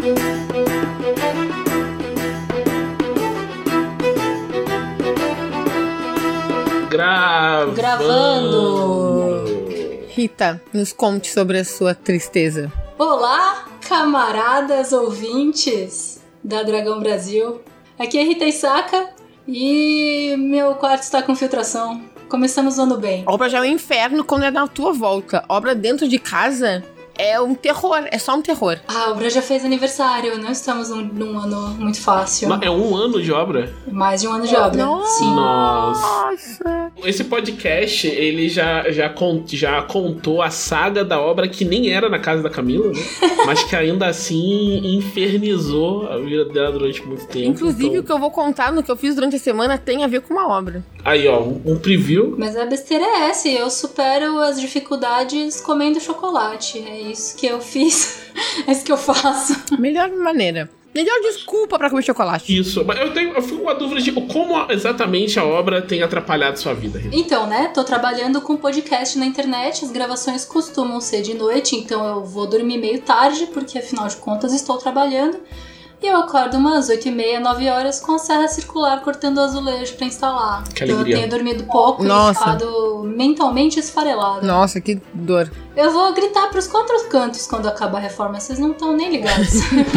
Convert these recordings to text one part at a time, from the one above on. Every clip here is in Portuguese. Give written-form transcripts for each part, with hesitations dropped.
Gravando! Rita, nos conte sobre a sua tristeza. Olá, camaradas ouvintes da Dragão Brasil. Aqui é Rita Isaka e meu quarto está com filtração. Começamos o ano bem. Obra já é um inferno quando é na tua volta. Obra dentro de casa é um terror, é só um terror. A obra já fez aniversário, não estamos num ano muito fácil. É um ano de obra? Mais de um ano de obra, sim. Nossa. Esse podcast, ele já contou a saga da obra que nem era na casa da Camila, né? Mas que ainda assim infernizou a vida dela durante muito tempo. Inclusive, então... o que eu vou contar no que eu fiz durante a semana tem a ver com uma obra. Aí, ó, um preview. Mas a besteira é essa, eu supero as dificuldades comendo chocolate. É isso que eu fiz, é isso que eu faço. Melhor maneira. Melhor desculpa pra comer chocolate. Isso, mas eu fico com a dúvida de como exatamente a obra tem atrapalhado sua vida, Rita. Então, né, tô trabalhando com podcast na internet, as gravações costumam ser de noite, então eu vou dormir meio tarde, porque afinal de contas estou trabalhando. E eu acordo umas 8h30, 9h com a serra circular cortando o azulejo pra instalar. Que então alegria. eu tenho dormido pouco e ficado mentalmente esfarelado. Nossa, que dor. Eu vou gritar pros 4 cantos quando acabar a reforma, vocês não estão nem ligados.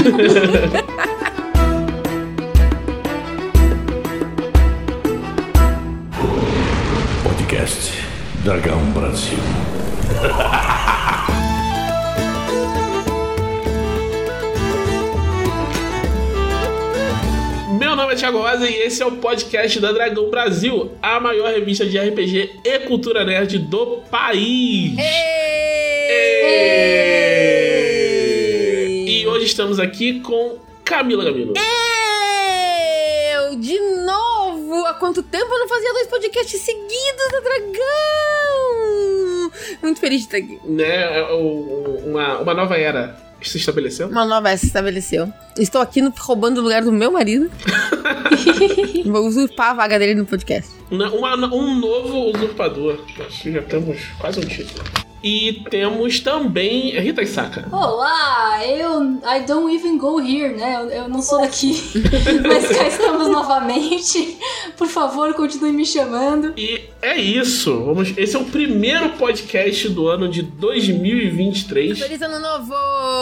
Podcast Dragão Brasil. Meu nome é Thiago Rosa e esse é o podcast da Dragão Brasil, a maior revista de RPG e cultura nerd do país. E hoje estamos aqui com Camila Gamino. Eu, de novo! Há quanto tempo eu não fazia 2 podcasts seguidos da Dragão? Muito feliz de estar aqui. Né, uma nova era se estabeleceu? Uma nova era se estabeleceu. Estou aqui roubando o lugar do meu marido. Vou usurpar a vaga dele no podcast. Um novo usurpador. Acho que já temos quase um título. E temos também Rita Isaka. Olá, I don't even go here, né? Eu não sou daqui. Mas cá estamos novamente. Por favor, continue me chamando. E é isso. Esse é o primeiro podcast do ano de 2023. Feliz Ano Novo!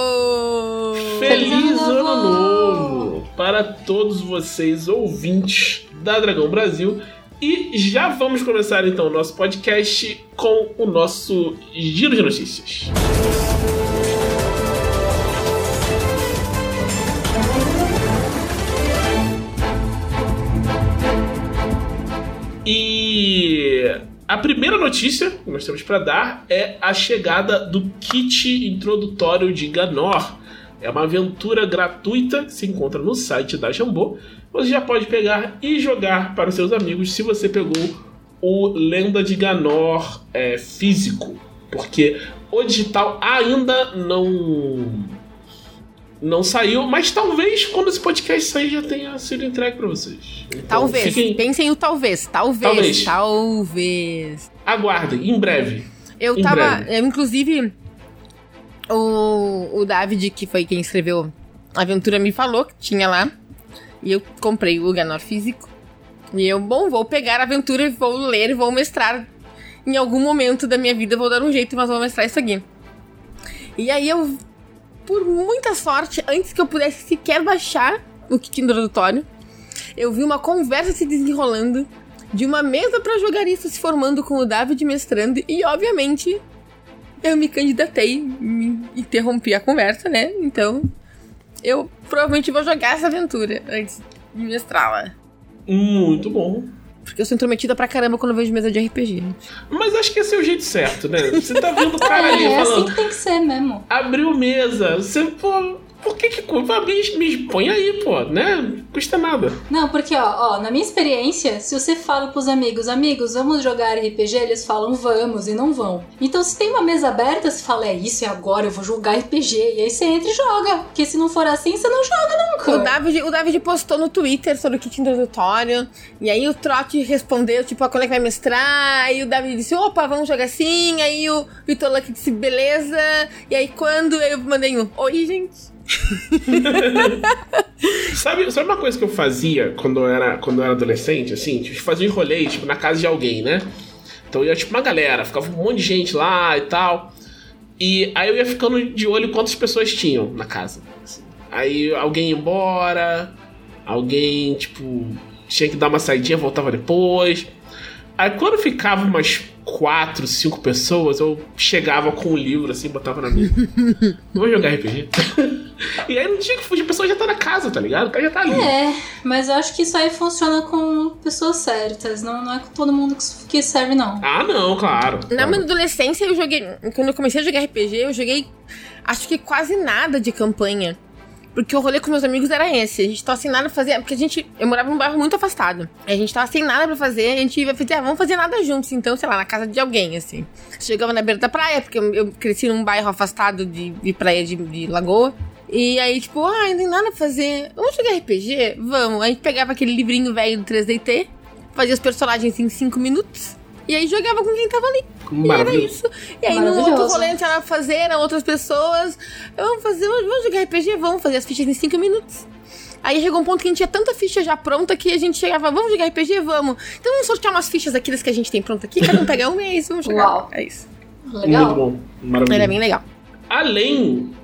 Feliz Ano Novo para todos vocês, ouvintes da Dragão Brasil. E já vamos começar então o nosso podcast com o nosso giro de notícias. E a primeira notícia que nós temos para dar é a chegada do kit introdutório de Ganor. É uma aventura gratuita que se encontra no site da Jambô. Você já pode pegar e jogar para os seus amigos se você pegou o Lenda de Ganor físico. Porque o digital ainda não saiu, mas talvez quando esse podcast sair já tenha sido entregue para vocês. Então, talvez, pensem o talvez. Aguardem, em breve. Inclusive, o David, que foi quem escreveu a aventura, me falou que tinha lá. E eu comprei o Ganor físico. E eu, vou pegar a aventura e vou ler e vou mestrar. Em algum momento da minha vida eu vou dar um jeito, mas vou mestrar isso aqui. E aí eu, por muita sorte, antes que eu pudesse sequer baixar o kit introdutório, eu vi uma conversa se desenrolando de uma mesa pra jogar isso se formando com o David mestrando. E obviamente eu me candidatei, me interrompi a conversa, né? Então eu provavelmente vou jogar essa aventura antes de mestrá-la. Muito bom. Porque eu sou intrometida pra caramba quando eu vejo mesa de RPG. Mas acho que esse é o jeito certo, né? Você tá vendo o cara ali falando... É assim que tem que ser mesmo. Abriu mesa, você, pô... Por que me expõe aí, pô, né? Não custa nada. Não, porque, ó, na minha experiência, se você fala pros amigos, vamos jogar RPG, eles falam vamos e não vão. Então, se tem uma mesa aberta, você fala, isso, é agora, eu vou jogar RPG. E aí você entra e joga. Porque se não for assim, você não joga nunca. O David postou no Twitter sobre o kit introdutório. E aí o Trot respondeu, tipo, quando é que vai mestrar? Aí o David disse, opa, vamos jogar assim. Aí o Vitor Luck disse, beleza. E aí quando eu mandei oi, gente. Sabe uma coisa que eu fazia quando eu era adolescente, assim? Tipo, fazia um rolê, tipo, na casa de alguém, né? Então ia, tipo, uma galera, ficava um monte de gente lá e tal. E aí eu ia ficando de olho quantas pessoas tinham na casa. Assim. Aí alguém ia embora, alguém, tipo, tinha que dar uma saidinha, voltava depois. Aí quando ficava umas 4, 5 pessoas, eu chegava com um livro assim, botava na mesa. Vou jogar RPG. E aí não tinha que fugir, a pessoa já tá na casa, tá ligado? O cara já tá ali. Mas eu acho que isso aí funciona com pessoas certas. Não é com todo mundo que serve, não. Ah, não, claro. Na minha adolescência, eu joguei... Quando eu comecei a jogar RPG, eu joguei, acho que quase nada de campanha. Porque o rolê com meus amigos era esse. A gente tava sem nada pra fazer. Porque eu morava num bairro muito afastado. A gente tava sem nada pra fazer. A gente ia fazer, vamos fazer nada juntos. Então, sei lá, na casa de alguém, assim. Chegava na beira da praia, porque eu cresci num bairro afastado de praia de lagoa. E aí, tipo, não tem nada pra fazer. Vamos jogar RPG? Vamos. A gente pegava aquele livrinho velho do 3DT, fazia os personagens em 5 minutos. E aí jogava com quem tava ali. E era isso. E aí no outro rolê não tinha nada pra fazer, eram outras pessoas. Vamos jogar RPG? Vamos fazer as fichas em 5 minutos. Aí chegou um ponto que a gente tinha tanta ficha já pronta que a gente chegava, vamos jogar RPG? Vamos. Então vamos sortear umas fichas daquelas que a gente tem pronta aqui, cada um pega uma e é isso, vamos jogar. Uau. É isso. Legal. Muito bom. Maravilhoso. Era bem legal. Além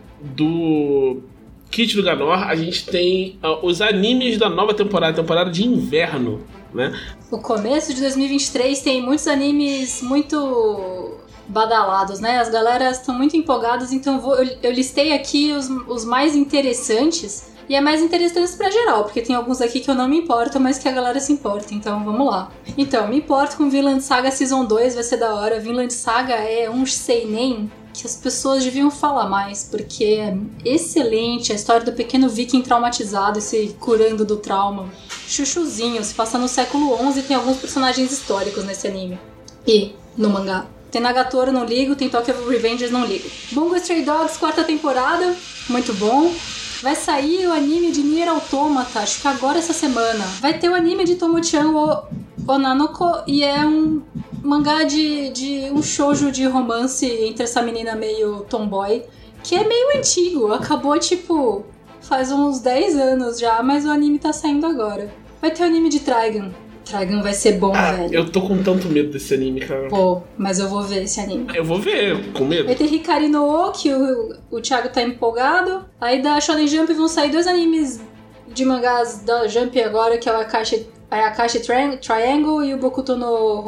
do kit do Ganor, a gente tem os animes da nova temporada de inverno, né? O começo de 2023 tem muitos animes muito badalados, né? As galeras estão muito empolgadas, então eu listei aqui os mais interessantes. E é mais interessante pra geral, porque tem alguns aqui que eu não me importo, mas que a galera se importa, então vamos lá. Então, me importo com Vinland Saga Season 2, vai ser da hora. Vinland Saga é um seinen que as pessoas deviam falar mais, porque é excelente a história do pequeno viking traumatizado e se curando do trauma. Chuchuzinho, se passa no século XI e tem alguns personagens históricos nesse anime. E no mangá. Tem Nagatoro, não ligo, tem Tokyo Revengers, não ligo. Bungo Stray Dogs, 4ª temporada, muito bom. Vai sair o anime de Nier Automata, acho que agora essa semana. Vai ter o anime de Tomo-chan Onanoko e é um mangá de um shoujo de romance entre essa menina meio tomboy, que é meio antigo, acabou tipo faz uns 10 anos já, mas o anime tá saindo agora. Vai ter o anime de Trigun. Trigun vai ser bom, velho. Eu tô com tanto medo desse anime, cara. Pô, mas eu vou ver esse anime. Eu vou ver, com medo. Vai ter Hikari no O, que o Thiago tá empolgado. Aí da Shonen Jump vão sair 2 animes de mangás da Jump agora, que é o Akashi Triangle e o Bokuto no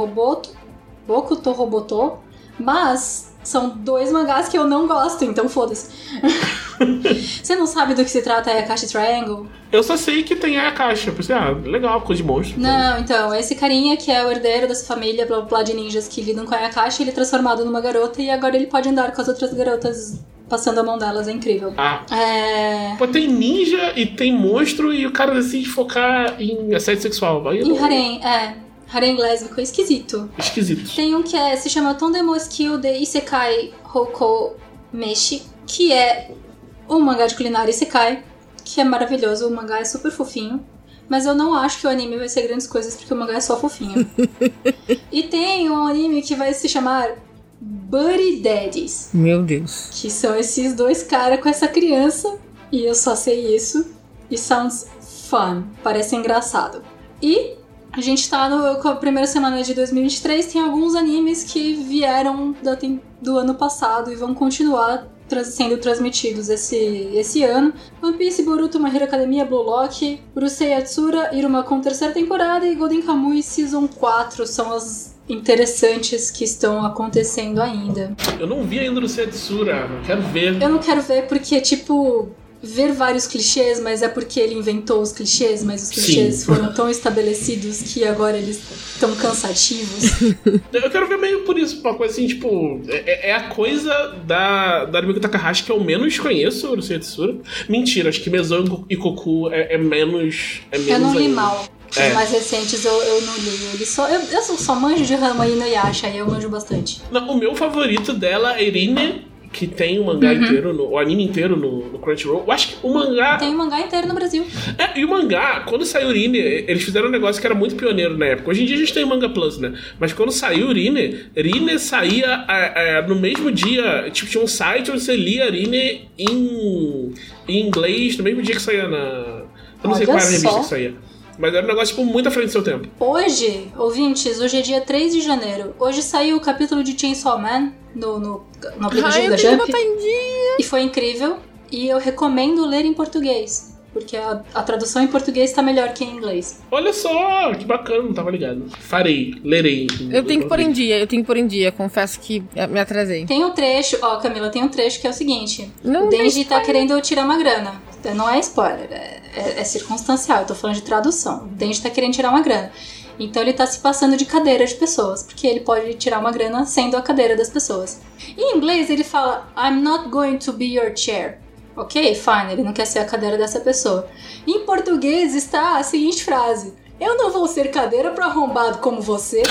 Roboto. Mas são 2 mangás que eu não gosto, então foda-se. Você não sabe do que se trata a Akashi Triangle? Eu só sei que tem a Akashi. Eu pensei, legal, coisa de monstro. Não, então, esse carinha que é o herdeiro dessa família, blá blá de ninjas que lidam com a Akashi, ele é transformado numa garota e agora ele pode andar com as outras garotas passando a mão delas, é incrível. Pô, tem ninja e tem monstro e o cara decide focar em assédio sexual. Em harem, harem lésbico, é esquisito. Tem um que se chama Tondemo Skill de Isekai Hoko Meshi, que é um mangá de culinária Isekai, que é maravilhoso, o mangá é super fofinho, mas eu não acho que o anime vai ser grandes coisas, porque o mangá é só fofinho. E tem um anime que vai se chamar Buddy Daddies. Meu Deus. Que são esses 2 caras com essa criança, e eu só sei isso, e sounds fun, parece engraçado. E a gente tá com a primeira semana de 2023, tem alguns animes que vieram do ano passado e vão continuar sendo transmitidos esse ano. One Piece, Boruto, My Hero Academia, Blue Lock, Urusei Yatsura, Iruma-kun 3ª temporada e Golden Kamuy Season 4 são as interessantes que estão acontecendo ainda. Eu não vi ainda Urusei Yatsura, não quero ver. Eu não quero ver porque, ver vários clichês, mas é porque ele inventou os clichês, mas os clichês foram tão estabelecidos que agora eles estão cansativos. Eu quero ver meio por isso, uma coisa assim, é a coisa da Rumiko Takahashi que eu menos conheço, o Yatsura. Mentira, acho que Meizou e Koku é menos eu não li mal. Os mais recentes eu não li. Eu só manjo de Rama e Inuyasha, e eu manjo bastante. Não, o meu favorito dela é Irine, que tem o mangá inteiro, o anime inteiro no Crunchyroll. Eu acho que o mangá... Tem o mangá inteiro no Brasil. E o mangá, quando saiu o Rine, eles fizeram um negócio que era muito pioneiro na época. Hoje em dia a gente tem o Manga Plus, né? Mas quando saiu o Rine saía no mesmo dia. Tipo, tinha um site onde você lia Rine em inglês, no mesmo dia que saía na... Eu não sei qual era a revista que saía. Mas era um negócio, tipo, muito à frente do seu tempo. Hoje, ouvintes, hoje é dia 3 de janeiro. Hoje saiu o capítulo de Chainsaw Man no aplicativo da Jump. E foi incrível. E eu recomendo ler em português. Porque a tradução em português tá melhor que em inglês. Olha só, que bacana, não tava ligado. Lerei. Eu tenho que pôr em dia, confesso que me atrasei. Tem um trecho, Camila, tem um trecho que é o seguinte. O Denji tá querendo tirar uma grana. Não é spoiler, é circunstancial, eu tô falando de tradução. O Denji tá querendo tirar uma grana. Então ele tá se passando de cadeira de pessoas, porque ele pode tirar uma grana sendo a cadeira das pessoas. Em inglês ele fala, I'm not going to be your chair. Ok, fine, ele não quer ser a cadeira dessa pessoa. Em português está a seguinte frase: eu não vou ser cadeira pra arrombado como você.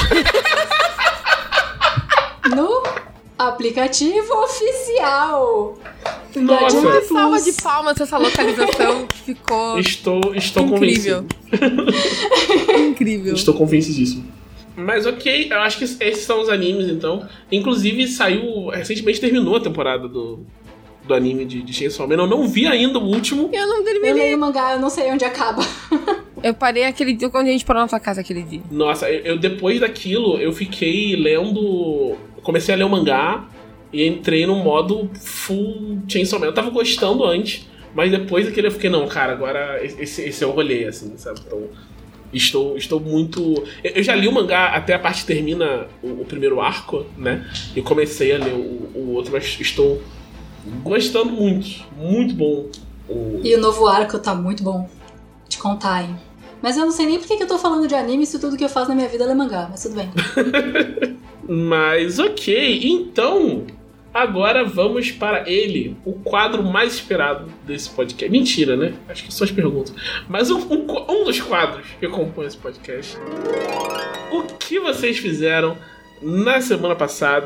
No aplicativo oficial. Nossa, uma salva de palmas pra essa localização que ficou Estou incrível. convencido. Incrível. Estou convencidíssimo. Mas ok, eu acho que esses são os animes, então. Inclusive, recentemente terminou a temporada do anime de Chainsaw Man. Eu não vi ainda o último. Eu não terminei. Eu leio o mangá, eu não sei onde acaba. Eu parei aquele dia quando a gente parou na sua casa aquele dia. Nossa, eu depois daquilo, eu fiquei lendo... Comecei a ler o mangá e entrei no modo full Chainsaw Man. Eu tava gostando antes, mas depois daquele eu fiquei, não, cara, agora esse é o rolê, assim, sabe? Então, estou muito... Eu já li o mangá até a parte que termina o primeiro arco, né? E comecei a ler o outro, mas estou gostando muito bom. E o novo arco tá muito bom. Te contar, hein? Mas eu não sei nem por que eu tô falando de anime se tudo que eu faço na minha vida é ler mangá, mas tudo bem. Mas ok, então agora vamos para ele, o quadro mais esperado desse podcast. Mentira, né? Acho que são as perguntas. Mas um dos quadros que compõe esse podcast. O que vocês fizeram na semana passada?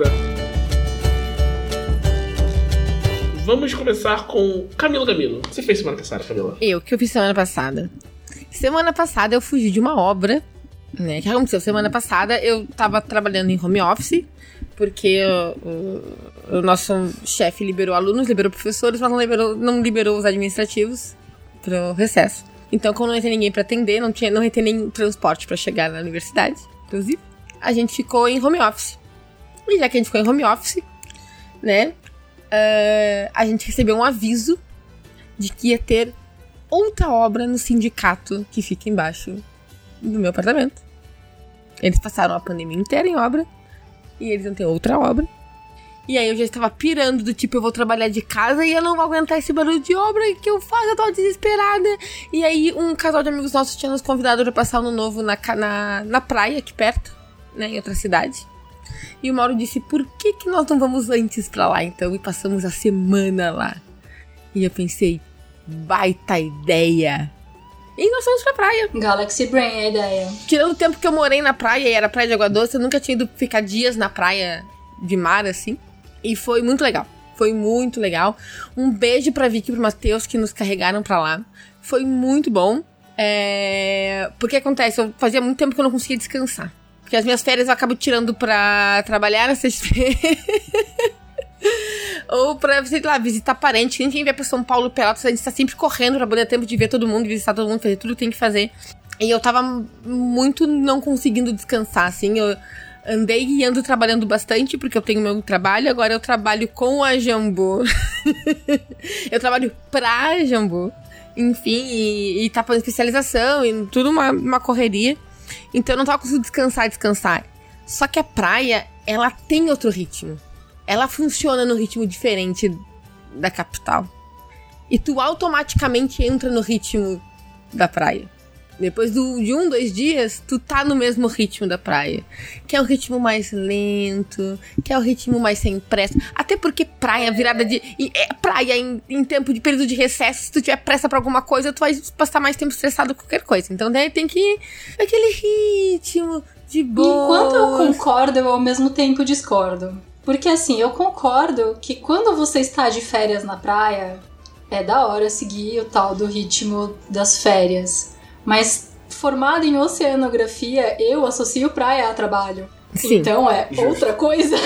Vamos começar com Camila Gamino. Você fez semana passada, Camila? O que eu fiz semana passada? Semana passada eu fugi de uma obra, né? O que aconteceu? Semana passada eu tava trabalhando em home office, porque o nosso chefe liberou alunos, liberou professores, mas não liberou os administrativos pro recesso. Então, como não ia ter ninguém pra atender, não ia ter nem transporte pra chegar na universidade, inclusive, a gente ficou em home office. E já que a gente ficou em home office, né? A gente recebeu um aviso de que ia ter outra obra no sindicato que fica embaixo do meu apartamento. Eles passaram a pandemia inteira em obra e eles não têm outra obra. E aí eu já estava pirando do tipo, eu vou trabalhar de casa e eu não vou aguentar esse barulho de obra que eu faço, eu tô desesperada. E aí um casal de amigos nossos tinha nos convidado para passar ano novo na praia aqui perto, né, em outra cidade. E o Mauro disse, por que nós não vamos antes pra lá então? E passamos a semana lá. E eu pensei, baita ideia. E nós fomos pra praia. Galaxy Brain é a ideia. Tirando o tempo que eu morei na praia, e era praia de Água Doce, eu nunca tinha ido ficar dias na praia de mar, assim. E foi muito legal. Foi muito legal. Um beijo pra Vicky e pro Matheus que nos carregaram pra lá. Foi muito bom. Porque acontece, eu fazia muito tempo que eu não conseguia descansar. Porque as minhas férias eu acabo tirando pra trabalhar na sexta-feira. Ou pra, sei lá, visitar parente. A gente vai pra São Paulo, Pelotas, a gente tá sempre correndo pra poder ter tempo de ver todo mundo, visitar todo mundo, fazer tudo que tem que fazer. E eu tava muito não conseguindo descansar, assim. Eu andei e ando trabalhando bastante, porque eu tenho meu trabalho. Agora eu trabalho com a Jambu. Eu trabalho pra Jambu. Enfim, e tá fazendo especialização e tudo uma correria. Então eu não tava conseguindo descansar. Só que a praia, ela tem outro ritmo. Ela funciona num ritmo diferente da capital. E tu automaticamente entra no ritmo da praia. Depois de 1-2 dias, tu tá no mesmo ritmo da praia. Que é um ritmo mais lento, que é um ritmo mais sem pressa. Até porque praia, virada de... praia em tempo de período de recesso, se tu tiver pressa pra alguma coisa, tu vai passar mais tempo estressado com qualquer coisa. Então daí tem que ir aquele ritmo de boa. Enquanto eu concordo, eu ao mesmo tempo discordo. Porque assim, eu concordo que quando você está de férias na praia, é da hora seguir o tal do ritmo das férias. Mas formado em oceanografia, eu associo praia a trabalho. Sim. Então é outra coisa.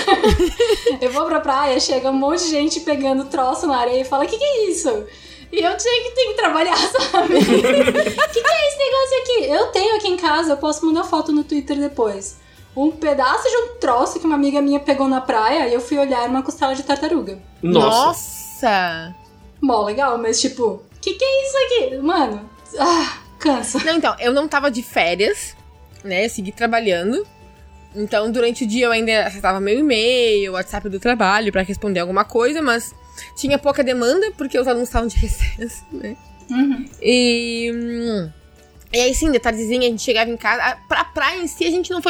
Eu vou pra praia, chega um monte de gente pegando troço na areia e fala, que é isso? E eu sei que tem que trabalhar, sabe? Que é esse negócio aqui? Eu tenho aqui em casa, eu posso mandar foto no Twitter depois. Um pedaço de um troço que uma amiga minha pegou na praia e eu fui olhar uma costela de tartaruga. Nossa! Mó legal, mas tipo, que é isso aqui? Mano, cansa. Não, então, eu não tava de férias, né? Eu segui trabalhando. Então, durante o dia eu ainda acessava meu e-mail, WhatsApp do trabalho pra responder alguma coisa, mas tinha pouca demanda porque os alunos estavam de recesso, né? Uhum. E aí, sim, de tardezinha a gente chegava em casa. Pra praia em si, a gente não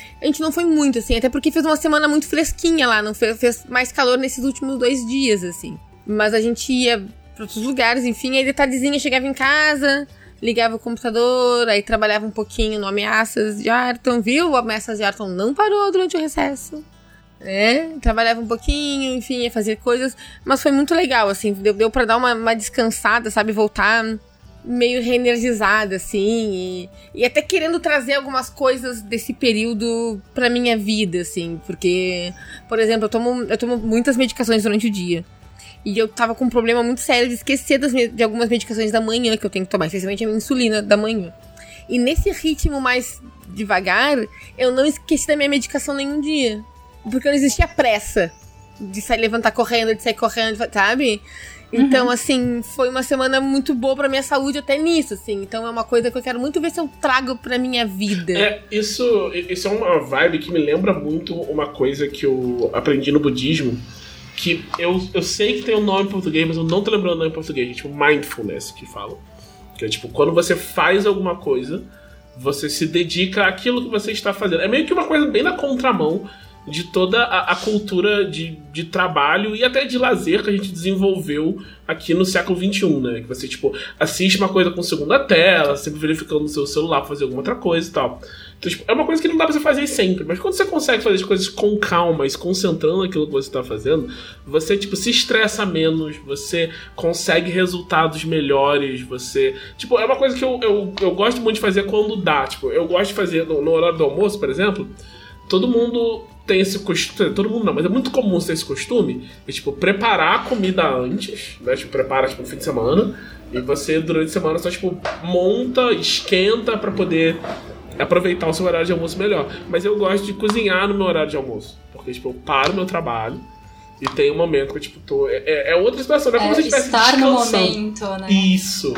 foi muito, assim. Até porque fez uma semana muito fresquinha lá. Não fez mais calor nesses últimos 2 dias, assim. Mas a gente ia pra outros lugares, enfim. Aí de tardezinha chegava em casa, ligava o computador, aí trabalhava um pouquinho no Ameaças de Arton, viu? O Ameaças de Arton não parou durante o recesso. Trabalhava um pouquinho, enfim, ia fazer coisas. Mas foi muito legal, assim. Deu pra dar uma descansada, sabe? Voltar meio reenergizada, assim, e até querendo trazer algumas coisas desse período pra minha vida, assim, porque, por exemplo, eu tomo muitas medicações durante o dia, e eu tava com um problema muito sério de esquecer de algumas medicações da manhã que eu tenho que tomar, especialmente a minha insulina da manhã, e nesse ritmo mais devagar, eu não esqueci da minha medicação nenhum dia, porque não existia pressa de sair levantar correndo, de sair correndo, sabe? Então, assim, foi uma semana muito boa pra minha saúde até nisso, assim. Então é uma coisa que eu quero muito ver se eu trago pra minha vida. Isso é uma vibe que me lembra muito uma coisa que eu aprendi no budismo, que eu sei que tem um nome em português, mas eu não tô lembrando o nome em português, tipo mindfulness que falam. Que é tipo, quando você faz alguma coisa, você se dedica àquilo que você está fazendo. É meio que uma coisa bem na contramão de toda a cultura de trabalho e até de lazer que a gente desenvolveu aqui no século XXI, né? Que você, tipo, assiste uma coisa com segunda tela, sempre verificando no seu celular pra fazer alguma outra coisa e tal. Então, tipo, é uma coisa que não dá pra você fazer sempre, mas quando você consegue fazer as coisas com calma e se concentrando naquilo que você tá fazendo, você, tipo, se estressa menos, você consegue resultados melhores, você... Tipo, é uma coisa que eu gosto muito de fazer quando dá. Tipo, eu gosto de fazer no horário do almoço, por exemplo, todo mundo tem esse costume, todo mundo não, mas é muito comum ter esse costume de, tipo, preparar a comida antes, né, tipo, prepara, tipo, no fim de semana, e você, durante a semana, só, tipo, monta, esquenta pra poder aproveitar o seu horário de almoço melhor. Mas eu gosto de cozinhar no meu horário de almoço, porque, tipo, eu paro o meu trabalho e tem um momento que eu, tipo, tô... É outra situação, não é como se eu estivesse estar descansando. no momento, né? Isso.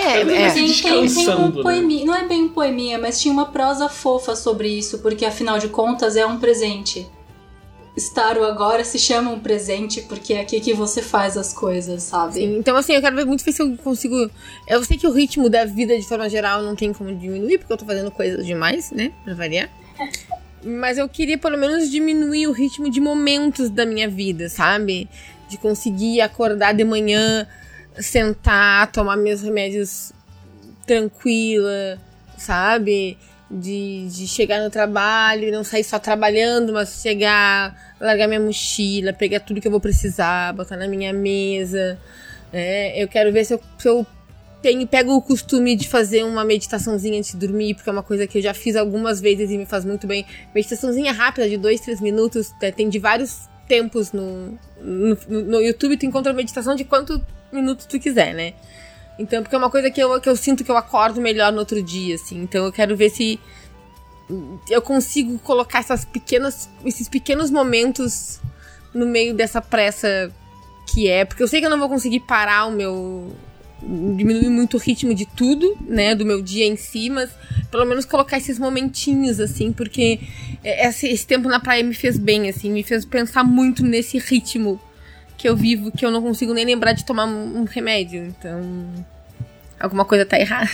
Tem um poeminha, não é bem um poeminha, mas tinha uma prosa fofa sobre isso, porque afinal de contas é um presente. Estar o agora se chama um presente, porque é aqui que você faz as coisas, sabe? Sim, então assim, eu quero ver muito se eu consigo... Eu sei que o ritmo da vida, de forma geral, não tem como diminuir, porque eu tô fazendo coisas demais, né, pra variar. Mas eu queria, pelo menos, diminuir o ritmo de momentos da minha vida, sabe? De conseguir acordar de manhã, sentar, tomar meus remédios tranquila, sabe? De chegar no trabalho e não sair só trabalhando, mas chegar, largar minha mochila, pegar tudo que eu vou precisar, botar na minha mesa. Eu quero ver se eu pego o costume de fazer uma meditaçãozinha antes de dormir, porque é uma coisa que eu já fiz algumas vezes e me faz muito bem. Meditaçãozinha rápida, de 2-3 minutos, tem de vários tempos no YouTube, tu encontra meditação de quantos minutos tu quiser, né? Então, porque é uma coisa que eu sinto que eu acordo melhor no outro dia, assim. Então eu quero ver se eu consigo colocar esses pequenos momentos no meio dessa pressa que é. Porque eu sei que eu não vou conseguir parar diminuir muito o ritmo de tudo, né, do meu dia em si, mas pelo menos colocar esses momentinhos, assim, porque esse tempo na praia me fez bem, assim, me fez pensar muito nesse ritmo que eu vivo, que eu não consigo nem lembrar de tomar um remédio, então alguma coisa tá errada.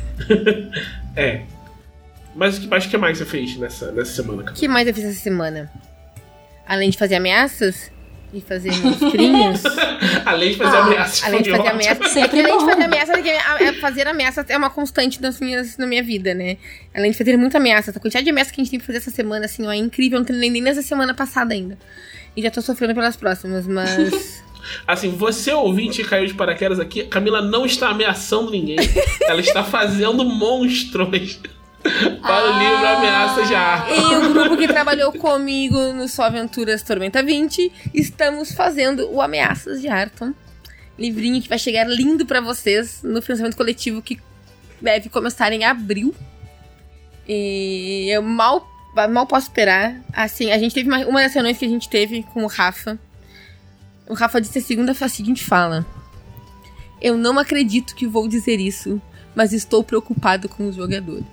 Mas o que mais você fez nessa semana? O que mais eu fiz essa semana? Além de fazer ameaças e fazer monstrinhos. Além de fazer ameaças. Além de fazer ameaças. Sempre além de bom. fazer ameaças, porque fazer ameaças é uma constante na minha vida, né? Além de fazer muita ameaça. A quantidade de ameaças que a gente tem que fazer essa semana, assim, ó, é incrível. Não tem nem nessa semana passada ainda. E já tô sofrendo pelas próximas, mas... Assim, você ouvinte caiu de paraquedas aqui, Camila não está ameaçando ninguém. Ela está fazendo monstros para o livro Ameaças de Arthur. E o grupo que trabalhou comigo no Só Aventuras Tormenta 20, estamos fazendo o Ameaças de Arthur. Livrinho que vai chegar lindo pra vocês no financiamento coletivo que deve começar em abril. E eu mal posso esperar. Assim, a gente teve uma das reuniões que a gente teve com o Rafa. O Rafa disse a seguinte fala: eu não acredito que vou dizer isso, mas estou preocupado com os jogadores.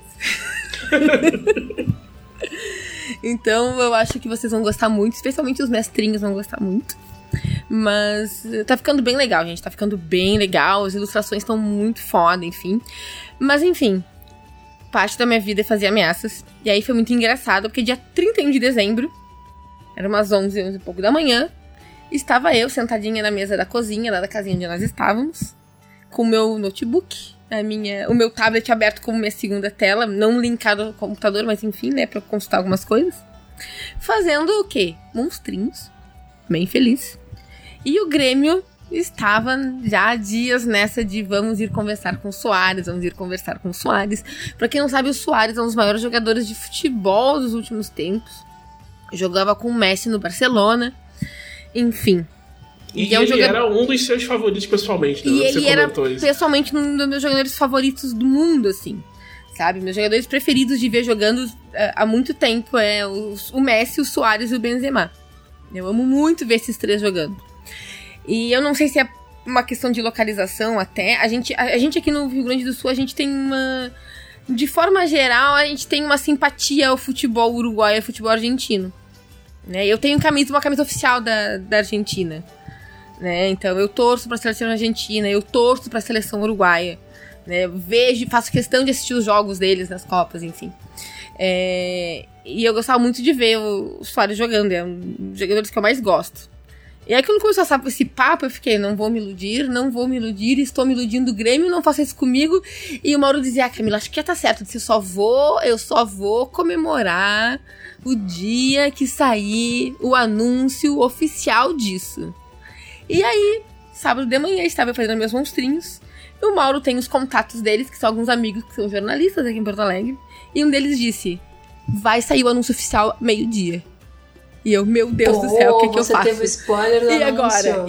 Então eu acho que vocês vão gostar muito, especialmente os mestrinhos vão gostar muito. Mas tá ficando bem legal, gente. Tá ficando bem legal, as ilustrações estão muito foda, enfim. Mas enfim, parte da minha vida é fazer ameaças. E aí foi muito engraçado, porque dia 31 de dezembro, era umas 11 e pouco da manhã, estava eu sentadinha na mesa da cozinha, lá da casinha onde nós estávamos, com o meu notebook, o meu tablet aberto como minha segunda tela, não linkado ao computador, mas enfim, né, pra consultar algumas coisas. Fazendo o quê? Monstrinhos. Bem feliz. E o Grêmio estava já há dias nessa de vamos ir conversar com o Soares, Pra quem não sabe, o Soares é um dos maiores jogadores de futebol dos últimos tempos. Jogava com o Messi no Barcelona. Enfim. E ele era um dos seus favoritos pessoalmente, né? E ele era pessoalmente um dos meus jogadores favoritos do mundo, assim. Sabe? Meus jogadores preferidos de ver jogando há muito tempo é o Messi, o Soares e o Benzema. Eu amo muito ver esses três jogando. E eu não sei se é uma questão de localização até. A gente aqui no Rio Grande do Sul, a gente tem uma... De forma geral, a gente tem uma simpatia ao futebol uruguaio e ao futebol argentino. Né? Eu tenho uma camisa oficial da Argentina. Né? Então eu torço pra seleção argentina, eu torço pra seleção uruguaia. Né? Faço questão de assistir os jogos deles nas Copas, enfim. E eu gostava muito de ver o Soares jogando, é um dos jogadores que eu mais gosto. E aí quando começou esse papo, eu fiquei, não vou me iludir, estou me iludindo do Grêmio, não faça isso comigo. E o Mauro dizia, Camila, acho que já tá certo, eu disse, eu só vou comemorar o dia que sair o anúncio oficial disso. E aí, sábado de manhã, estava fazendo meus monstrinhos, e o Mauro tem os contatos deles, que são alguns amigos que são jornalistas aqui em Porto Alegre, e um deles disse, vai sair o anúncio oficial meio-dia. E eu, meu Deus do céu, o que eu faço? Você teve o spoiler do anúncio.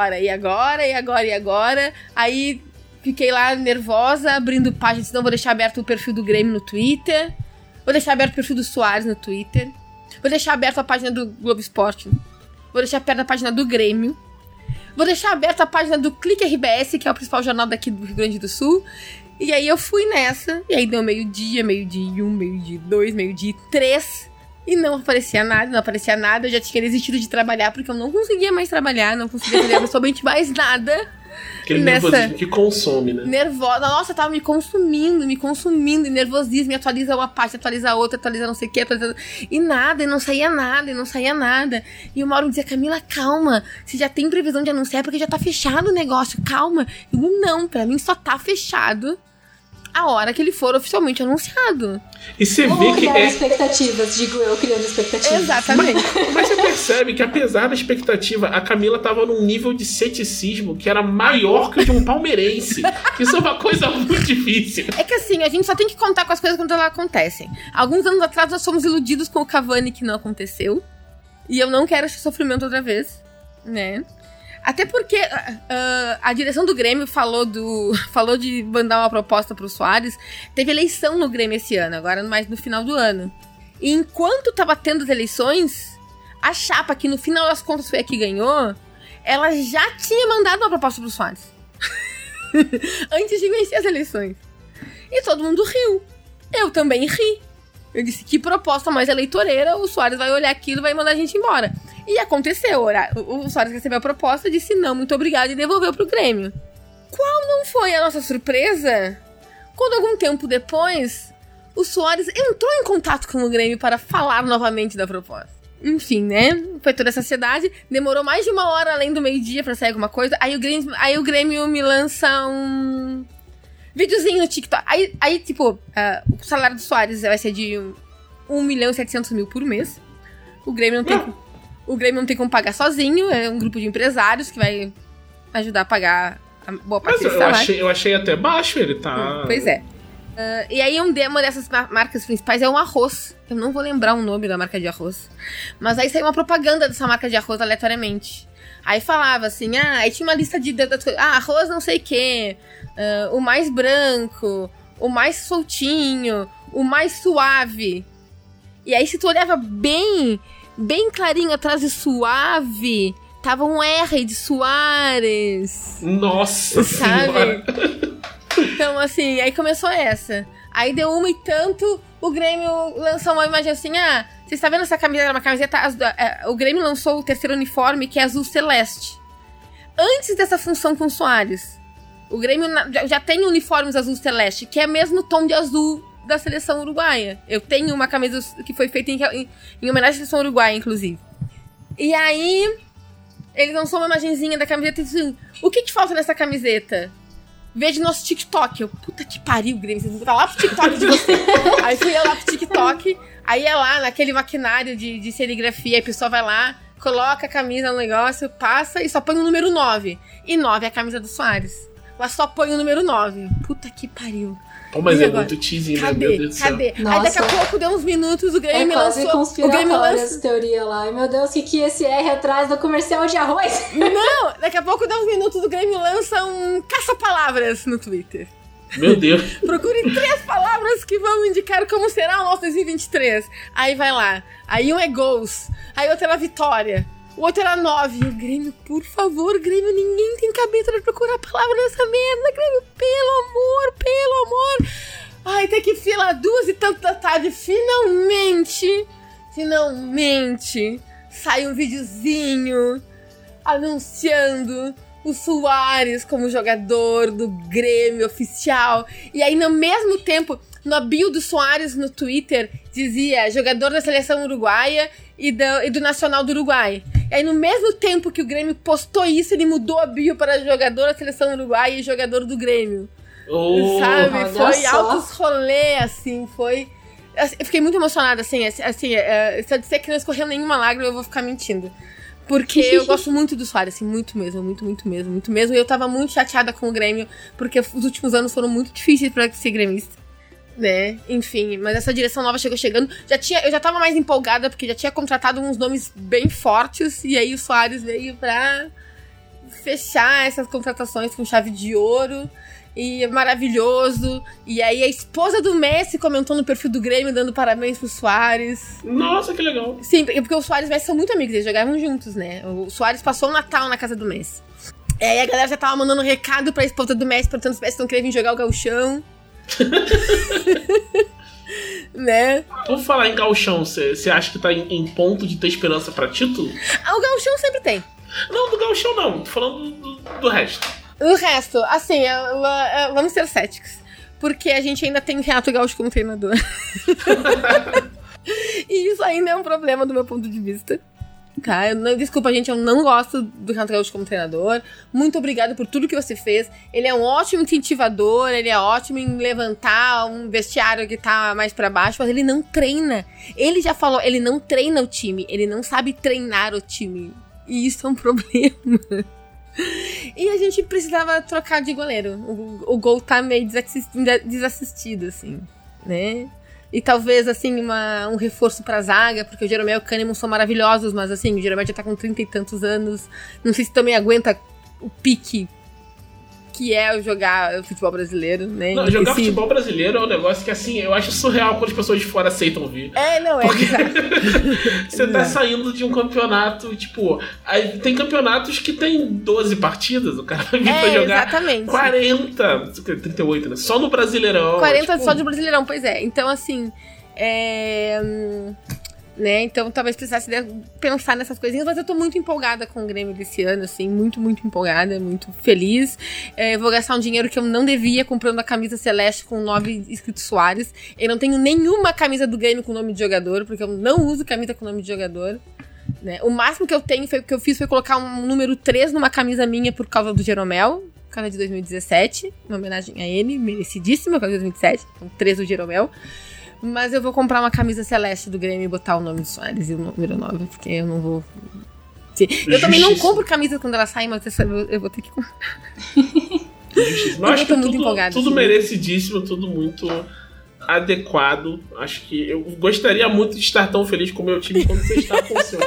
E agora? Aí fiquei lá nervosa, abrindo páginas, não vou deixar aberto o perfil do Grêmio no Twitter, vou deixar aberto o perfil do Soares no Twitter, vou deixar aberto a página do Globo Esporte, vou deixar perto a página do Grêmio, vou deixar aberta a página do Clique RBS, que é o principal jornal daqui do Rio Grande do Sul. E aí eu fui nessa, e aí deu meio-dia e 1, meio-dia e 2, meio-dia e 3, e não aparecia nada, eu já tinha desistido de trabalhar, porque eu não conseguia mais trabalhar, não conseguia fazer absolutamente mais nada. Aquele nervosismo que consome, né? Nervosa, nossa, tava me consumindo, e nervosismo, me atualiza uma parte, atualiza a outra, atualiza não sei o que, e não saía nada. E o Mauro dizia, Camila, calma, se já tem previsão de anunciar é porque já tá fechado o negócio, calma. Eu digo, não, pra mim só tá fechado a hora que ele for oficialmente anunciado. E você vê que expectativas, digo eu, criando expectativas. Exatamente. Mas você percebe que apesar da expectativa, a Camila tava num nível de ceticismo que era maior que o de um palmeirense. Que isso é uma coisa muito difícil. É que assim, a gente só tem que contar com as coisas quando elas acontecem. Alguns anos atrás nós fomos iludidos com o Cavani, que não aconteceu. E eu não quero esse sofrimento outra vez, né? Até porque a direção do Grêmio falou de mandar uma proposta pro Soares. Teve eleição no Grêmio esse ano, agora mais no final do ano. E enquanto tava tendo as eleições, a chapa, que no final das contas foi a que ganhou, ela já tinha mandado uma proposta pro Soares. Antes de vencer as eleições. E todo mundo riu. Eu também ri. Eu disse, que proposta mais eleitoreira, o Soares vai olhar aquilo e vai mandar a gente embora. E aconteceu, o Soares recebeu a proposta, disse não, muito obrigado, e devolveu pro Grêmio. Qual não foi a nossa surpresa? Quando algum tempo depois, o Soares entrou em contato com o Grêmio para falar novamente da proposta. Enfim, né? Foi toda essa ansiedade, demorou mais de 1 hora além do meio-dia pra sair alguma coisa, aí o Grêmio me lança um videozinho no TikTok. Aí tipo, o salário do Soares vai ser de 1.700.000 por mês. O Grêmio não tem... O Grêmio não tem como pagar sozinho, é um grupo de empresários que vai ajudar a pagar a boa parte desse salário. Eu achei até baixo, ele tá... Pois é. E aí uma dessas marcas principais é um arroz. Eu não vou lembrar o nome da marca de arroz. Mas aí saiu uma propaganda dessa marca de arroz aleatoriamente. Aí falava assim, aí tinha uma lista de arroz não sei o quê, o mais branco, o mais soltinho, o mais suave. E aí se tu olhava bem clarinho atrás de suave, tava um R de Soares. Nossa sabe? Então, assim, aí começou essa. Aí deu uma e tanto, o Grêmio lançou uma imagem assim, você está vendo essa camiseta? Uma camiseta o Grêmio lançou o terceiro uniforme, que é azul celeste. Antes dessa função com o Soares, o Grêmio já tem uniformes azul celeste, que é o mesmo tom de azul da seleção uruguaia. Eu tenho uma camisa que foi feita em homenagem à seleção uruguaia, inclusive. E aí, eles lançou uma imagenzinha da camiseta e disse, o que falta nessa camiseta? Veja nosso TikTok. Eu, puta que pariu, Grêmio, vocês vão botar lá pro TikTok de você. Aí fui eu lá pro TikTok, aí é lá naquele maquinário de serigrafia, aí a pessoa vai lá, coloca a camisa no negócio, passa e só põe o número 9. E 9 é a camisa do Soares. Ela só põe o número 9. Puta que pariu. Pô, mas é muito teasing, né? Meu Deus do céu. Cadê? Aí daqui a pouco, deu uns minutos, o Grêmio me lançou... O Grêmio lançou essa teoria lá. Ai, meu Deus, o que esse R atrás do comercial de arroz? Não, daqui a pouco, deu uns minutos, o Grêmio lança um caça-palavras no Twitter. Meu Deus. Procure 3 palavras que vão indicar como será o nosso 2023. Aí vai lá. Aí um é gols. Aí outro era vitória. O outro era 9. O Grêmio, por favor, Grêmio, ninguém tem cabeça pra procurar a palavra nessa merda. Grêmio, pelo amor, pelo amor. Ai, tem que fila 2 e tanto da tarde. Finalmente, sai um videozinho anunciando o Soares como jogador do Grêmio oficial. E aí, no mesmo tempo, no bio do Soares no Twitter, dizia jogador da seleção uruguaia e do Nacional do Uruguai. E aí, no mesmo tempo que o Grêmio postou isso, ele mudou a bio para jogador da seleção uruguaia e jogador do Grêmio. Sabe? Foi altos rolê, assim, foi... Eu fiquei muito emocionada, assim, se eu disser que não escorreu nenhuma lágrima, eu vou ficar mentindo. Porque eu gosto muito do Soares, assim, muito mesmo. E eu tava muito chateada com o Grêmio, porque os últimos anos foram muito difíceis pra ser gremista, né? Enfim, mas essa direção nova chegando. Eu já tava mais empolgada, porque já tinha contratado uns nomes bem fortes, e aí o Soares veio pra fechar essas contratações com chave de ouro. E é maravilhoso. E aí a esposa do Messi comentou no perfil do Grêmio dando parabéns pro Soares. Nossa, que legal. Sim, porque o Soares e o Messi são muito amigos, eles jogavam juntos, né? O Soares passou o Natal na casa do Messi. E aí a galera já tava mandando recado pra esposa do Messi, perguntando se o Messi não queria vir jogar o gauchão. Né? Por falar em gauchão, você acha que tá em ponto de ter esperança pra título? O gauchão sempre tem. Não, do gauchão não, tô falando do resto. O resto, assim, vamos ser céticos. Porque a gente ainda tem o Renato Gaúcho como treinador. E isso ainda é um problema do meu ponto de vista. Tá? Desculpa, gente, eu não gosto do Renato Gaúcho como treinador. Muito obrigada por tudo que você fez. Ele é um ótimo incentivador, ele é ótimo em levantar um vestiário que tá mais pra baixo, mas ele não treina. Ele já falou, ele não treina o time, ele não sabe treinar o time. E isso é um problema. E a gente precisava trocar de goleiro. O gol tá meio desassistido, assim, né? E talvez, assim, um reforço pra zaga, porque o Jeromel e o Kahneman são maravilhosos, mas, assim, o Jeromel já tá com 30 e tantos anos. Não sei se também aguenta o pique que é jogar futebol brasileiro, né? Não, jogar futebol brasileiro é um negócio que, assim, eu acho surreal quando as pessoas de fora aceitam vir. Porque você tá saindo de um campeonato, tipo... Aí tem campeonatos que tem 12 partidas, o cara vai vir pra jogar exatamente. 40, 38, né? Só no Brasileirão. 40 só de Brasileirão, pois é. Então, assim... Né? Então talvez precisasse pensar nessas coisinhas, mas eu tô muito empolgada com o Grêmio desse ano, assim, muito empolgada, muito feliz. Vou gastar um dinheiro que eu não devia comprando a camisa celeste com o nome escrito Soares. Eu não tenho nenhuma camisa do Grêmio com nome de jogador, porque eu não uso camisa com nome de jogador, né? O máximo que eu tenho, que eu fiz foi colocar um número 3 numa camisa minha por causa do Jeromel, por causa de 2017, uma homenagem a ele, merecidíssima, por causa de 2017, então 3 do Jeromel. Mas eu vou comprar uma camisa celeste do Grêmio e botar o nome do Soares e o número 9, porque eu não vou... Eu também não compro camisa quando ela sai, mas eu vou ter que comprar. Eu acho que tudo merecidíssimo, tudo muito adequado. Acho que eu gostaria muito de estar tão feliz com o meu time quando você está com o seu.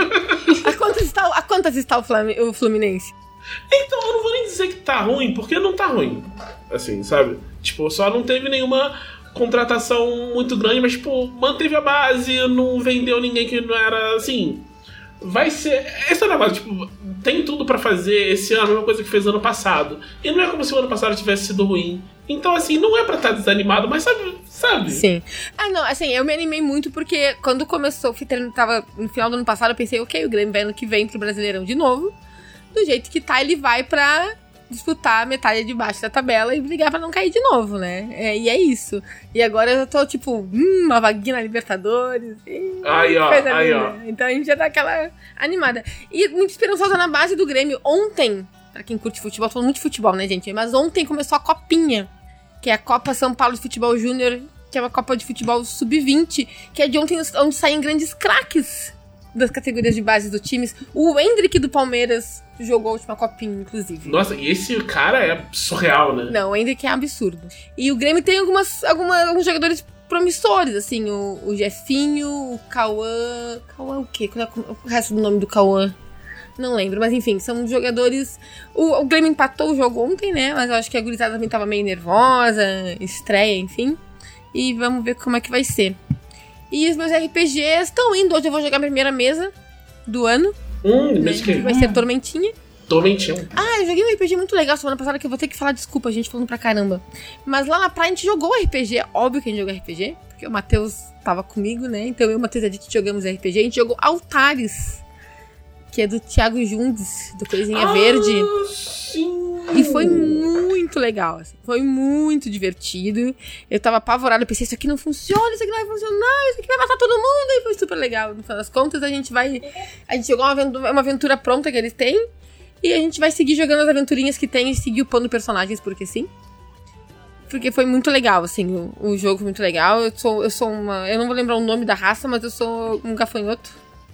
A quantas está o Fluminense? Então, eu não vou nem dizer que tá ruim, porque não tá ruim. Assim, sabe? Tipo, só não teve nenhuma contratação muito grande, mas, tipo, manteve a base, não vendeu ninguém que não era, assim... Vai ser... Esse é o negócio, tipo, tem tudo pra fazer esse ano, a mesma coisa que fez ano passado. E não é como se o ano passado tivesse sido ruim. Então, assim, não é pra estar desanimado, mas sabe? Sim. Ah, não, assim, eu me animei muito porque quando começou, tava no final do ano passado, eu pensei, ok, o Grêmio vai ano que vem pro Brasileirão de novo. Do jeito que tá, ele vai pra disputar a metade de baixo da tabela e brigar pra não cair de novo, né? E é isso. E agora eu tô, tipo, uma vaguinha na Libertadores. Aí, ó. Então a gente já dá aquela animada. E muito esperançosa na base do Grêmio. Ontem, pra quem curte futebol, tô falando muito de futebol, né, gente? Mas ontem começou a Copinha, que é a Copa São Paulo de Futebol Júnior, que é uma Copa de Futebol Sub-20, que é de ontem onde saem grandes craques das categorias de base dos times. O Hendrick do Palmeiras jogou a última copinha, inclusive. Nossa, e esse cara é surreal, né? Não, o Hendrick é absurdo. E o Grêmio tem alguns jogadores promissores, assim, o Jefinho, o Cauã... Cauã o quê? Qual é o resto do nome do Cauã? Não lembro, mas enfim, são jogadores... O Grêmio empatou o jogo ontem, né? Mas eu acho que a gurizada também tava meio nervosa, estreia, enfim. E vamos ver como é que vai ser. E os meus RPGs estão indo. Hoje eu vou jogar a primeira mesa do ano. Vai ser Tormentinha. Tormentinha. Ah, eu joguei um RPG muito legal semana passada que eu vou ter que falar desculpa, a gente falando pra caramba. Mas lá na praia a gente jogou RPG. Óbvio que a gente jogou RPG, porque o Matheus tava comigo, né? Então eu e o Matheus e a gente jogamos RPG. A gente jogou Altares, que é do Thiago Jundes, do Coisinha Verde. Sim. E foi muito legal, assim. Foi muito divertido. Eu tava apavorada, eu pensei, isso aqui não funciona, isso aqui não vai funcionar, isso aqui vai matar todo mundo. E foi super legal. No final das contas, a gente jogou uma aventura pronta que eles têm. E a gente vai seguir jogando as aventurinhas que tem e seguir upando personagens, porque sim. Porque foi muito legal, assim, o jogo foi muito legal. Eu sou uma... Eu não vou lembrar o nome da raça, mas eu sou um gafanhoto.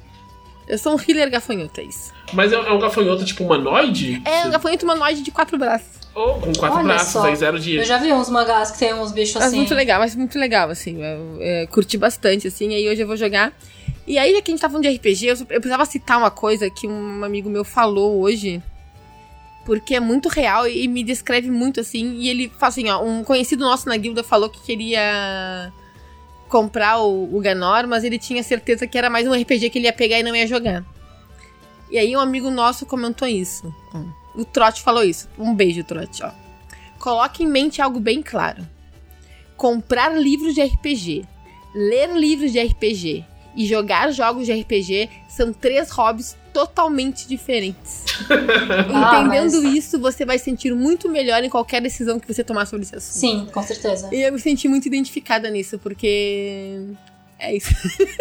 Eu sou um healer gafanhoto, é isso. Mas é um gafanhoto tipo humanoide? É um gafanhoto humanoide de 4 braços. Oh, com 4 braços, aí 0 dias. Eu já vi uns mangás que tem uns bichos assim. Mas muito legal, assim. Eu curti bastante, assim. Aí hoje eu vou jogar. E aí, já que a gente tá falando de RPG, eu precisava citar uma coisa que um amigo meu falou hoje. Porque é muito real e me descreve muito, assim. E ele fala assim, ó, um conhecido nosso na guilda falou que queria comprar o Ganor, mas ele tinha certeza que era mais um RPG que ele ia pegar e não ia jogar. E aí um amigo nosso comentou isso. O Trote falou isso. Um beijo, Trote, ó. Coloque em mente algo bem claro. Comprar livros de RPG, ler livros de RPG e jogar jogos de RPG são 3 hobbies totalmente diferentes. Entendendo isso, você vai sentir muito melhor em qualquer decisão que você tomar sobre esse assunto. Sim, com certeza. E eu me senti muito identificada nisso, porque... é isso.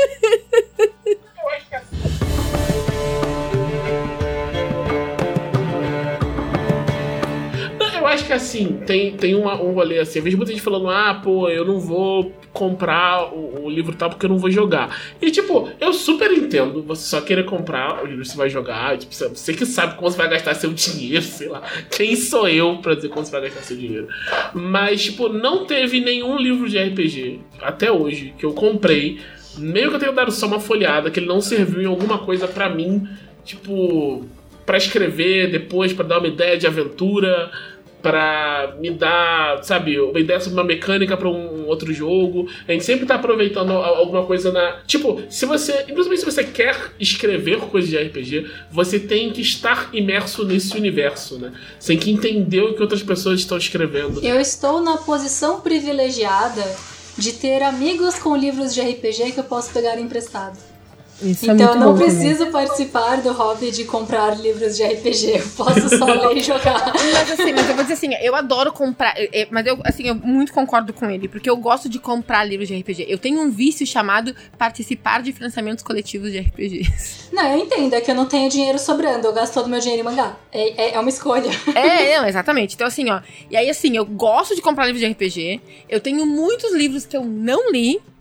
Eu acho que assim, tem um rolê assim. Eu vejo muita gente falando, eu não vou comprar o livro tal porque eu não vou jogar. E tipo, eu super entendo você só querer comprar o livro que você vai jogar. Tipo, você que sabe como você vai gastar seu dinheiro, sei lá. Quem sou eu pra dizer como você vai gastar seu dinheiro? Mas, tipo, não teve nenhum livro de RPG até hoje que eu comprei. Meio que eu tenho dado só uma folhada, que ele não serviu em alguma coisa pra mim, tipo, pra escrever depois, pra dar uma ideia de aventura, pra me dar, sabe, uma ideia sobre uma mecânica pra um outro jogo. A gente sempre tá aproveitando alguma coisa na... Tipo, principalmente se você quer escrever coisas de RPG, você tem que estar imerso nesse universo, né? Você tem que entender o que outras pessoas estão escrevendo. Eu estou na posição privilegiada de ter amigos com livros de RPG que eu posso pegar emprestado. Isso então é muito eu não bom, preciso participar do hobby de comprar livros de RPG. Eu posso só ler e jogar. Mas eu vou dizer assim, eu adoro comprar. Mas eu muito concordo com ele, porque eu gosto de comprar livros de RPG. Eu tenho um vício chamado participar de financiamentos coletivos de RPGs. Não, eu entendo, é que eu não tenho dinheiro sobrando, eu gasto todo o meu dinheiro em mangá. É uma escolha. Não, exatamente. Então assim, ó. E aí assim, eu gosto de comprar livros de RPG. Eu tenho muitos livros que eu não li.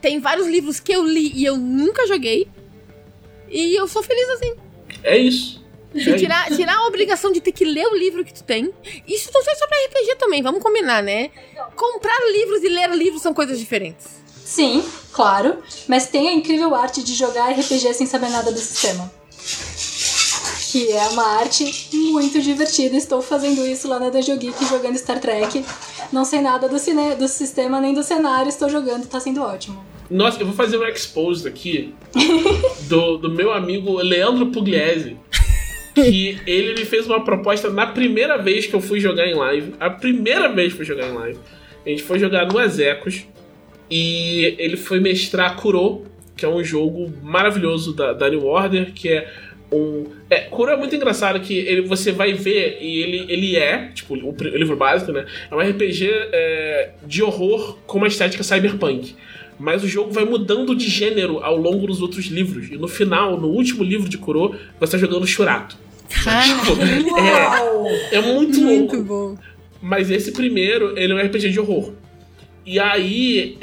tem vários livros que eu li e eu nunca joguei. E eu sou feliz assim. É isso. Tirar a obrigação de ter que ler o livro que tu tem. Isso não serve só pra RPG também, vamos combinar, né? Comprar livros e ler livros são coisas diferentes. Sim, claro. Mas tem a incrível arte de jogar RPG sem saber nada do sistema. Que é uma arte muito divertida. Estou fazendo isso lá na Dungeon Geek, jogando Star Trek. Não sei nada do sistema nem do cenário, estou jogando, tá sendo ótimo. Nossa, eu vou fazer um expose aqui do meu amigo Leandro Pugliese. Que ele me fez uma proposta na primeira vez que eu fui jogar em live. A primeira vez que fui jogar em live. A gente foi jogar no Azecos. E ele foi mestrar Kuro, que é um jogo maravilhoso da New Order, que é Kuro é muito engraçado, que você vai ver e ele é, tipo, o livro básico, né? É um RPG de horror com uma estética cyberpunk. Mas o jogo vai mudando de gênero ao longo dos outros livros. E no final, no último livro de Kuro, você tá jogando Shurato. Tipo, é muito louco. Muito bom. Mas esse primeiro, ele é um RPG de horror. E aí,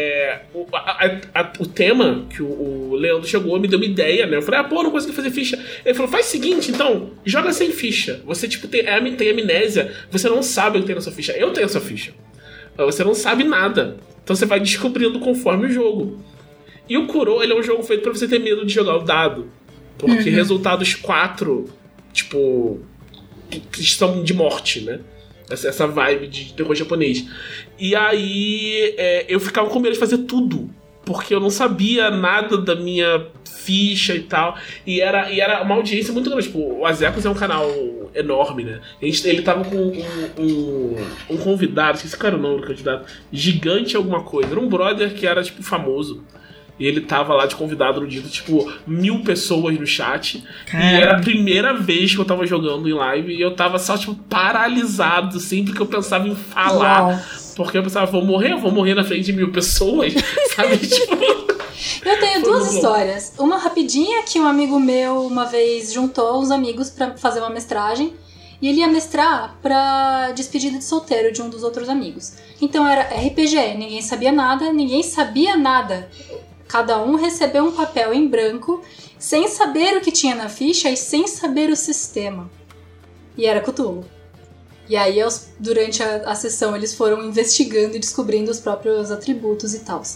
o tema que o Leandro chegou me deu uma ideia, né? Eu falei, não consegui fazer ficha. Ele falou, faz o seguinte, então, joga sem ficha. Você, tipo, tem amnésia, você não sabe o que tem na sua ficha. Eu tenho essa ficha. Você não sabe nada. Então você vai descobrindo conforme o jogo. E o Kuro, ele é um jogo feito pra você ter medo de jogar o dado. Porque resultados 4, tipo, que são de morte, né? Essa vibe de terror japonês. E aí eu ficava com medo de fazer tudo, porque eu não sabia nada da minha ficha e tal. E era uma audiência muito grande. Tipo, o Azecos é um canal enorme, né? Ele tava com um convidado, esqueci qual era o nome do candidato, Gigante alguma coisa. Era um brother que era, tipo, famoso. E ele tava lá de convidado no dia, tipo, 1000 pessoas no chat. Caramba. E era a primeira vez que eu tava jogando em live. E eu tava só, tipo, paralisado, sempre que eu pensava em falar. Uau. Porque eu pensava, eu vou morrer na frente de 1000 pessoas. Sabe? Tipo... Eu tenho duas histórias. Uma rapidinha, que um amigo meu uma vez juntou uns amigos pra fazer uma mestragem. E ele ia mestrar pra despedida de solteiro de um dos outros amigos. Então era RPG, ninguém sabia nada. Cada um recebeu um papel em branco, sem saber o que tinha na ficha e sem saber o sistema. E era Cthulhu. E aí, durante a sessão, eles foram investigando e descobrindo os próprios atributos e tal.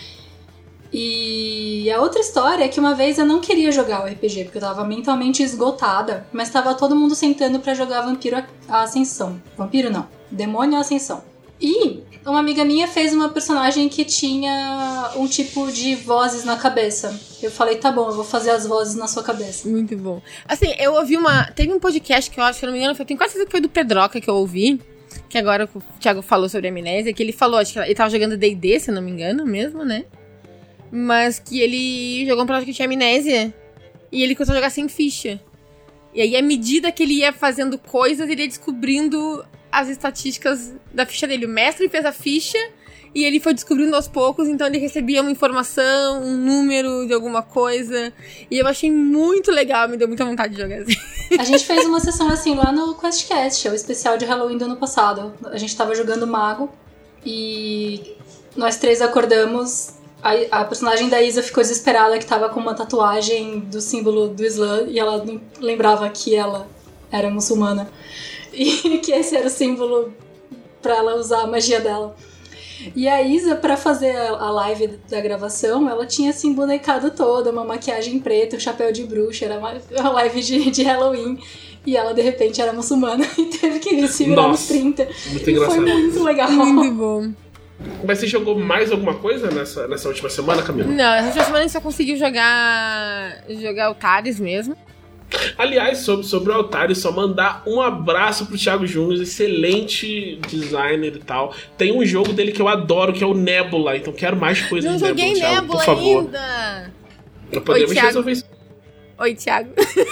E a outra história é que uma vez eu não queria jogar o RPG, porque eu tava mentalmente esgotada, mas tava todo mundo sentando pra jogar Vampiro à Ascensão. Vampiro não, Demônio à Ascensão. E uma amiga minha fez uma personagem que tinha um tipo de vozes na cabeça. Eu falei, tá bom, eu vou fazer as vozes na sua cabeça. Muito bom. Assim, eu ouvi teve um podcast que eu acho, se eu não me engano, tenho quase certeza que foi do Pedroca que eu ouvi, que agora o Thiago falou sobre amnésia, que ele falou, acho que ele tava jogando D&D, se eu não me engano, mesmo, né? Mas que ele jogou um personagem que tinha amnésia e ele começou a jogar sem ficha. E aí, à medida que ele ia fazendo coisas, ele ia descobrindo as estatísticas da ficha dele. O mestre fez a ficha e ele foi descobrindo aos poucos, então ele recebia uma informação, um número de alguma coisa. E eu achei muito legal, me deu muita vontade de jogar assim. A gente fez uma sessão assim lá no QuestCast, o especial de Halloween do ano passado. A gente tava jogando Mago e nós três acordamos. A personagem da Isa ficou desesperada, que tava com uma tatuagem do símbolo do Islã e ela não lembrava que ela era muçulmana. E que esse era o símbolo pra ela usar a magia dela. E a Isa, pra fazer a live da gravação, ela tinha se embonecado toda, uma maquiagem preta, um chapéu de bruxa, era uma live de Halloween. E ela, de repente, era muçulmana e teve que se virar nos 30. Muito engraçado. Foi muito legal. Muito bom. Mas você jogou mais alguma coisa nessa última semana, Camila? Não, essa última semana a gente só conseguiu jogar Altares mesmo. Aliás, sobre o Altares, só mandar um abraço pro Thiago Júnior, excelente designer e tal. Tem um jogo dele que eu adoro, que é o Nebula, então quero mais coisas de Nebula, Thiago, Nebula por favor. ainda! Podemos resolver isso. Oi, Thiago.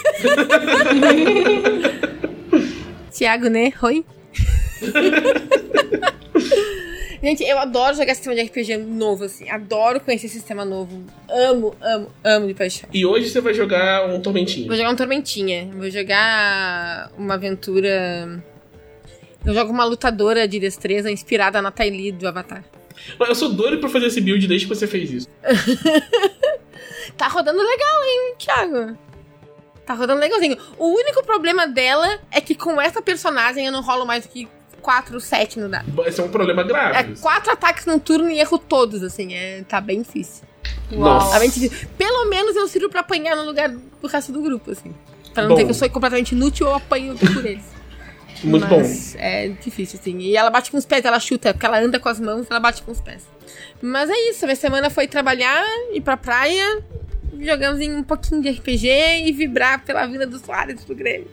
Thiago, né? Oi. Gente, eu adoro jogar sistema de RPG novo, assim. Adoro conhecer sistema novo. Amo de paixão. E hoje você vai jogar um Tormentinha? Vou jogar um Tormentinha. Vou jogar uma aventura... Eu jogo uma lutadora de destreza inspirada na Ty Lee do Avatar. Mas eu sou doido pra fazer esse build desde que você fez isso. Tá rodando legal, hein, Thiago? Tá rodando legalzinho. O único problema dela é que com essa personagem eu não rolo mais do que 4, 7 no dado. Esse é um problema grave. 4 ataques no turno e erro todos, assim. Tá bem difícil. Nossa. Pelo menos eu sirvo pra apanhar no lugar do resto do grupo, assim. Pra não dizer que eu sou completamente inútil ou apanho por eles. Muito Mas bom. É difícil, assim. E ela bate com os pés, ela chuta, porque ela anda com as mãos, ela bate com os pés. Mas é isso, minha semana foi trabalhar, ir pra praia, jogamos em um pouquinho de RPG e vibrar pela vida do Soares pro Grêmio.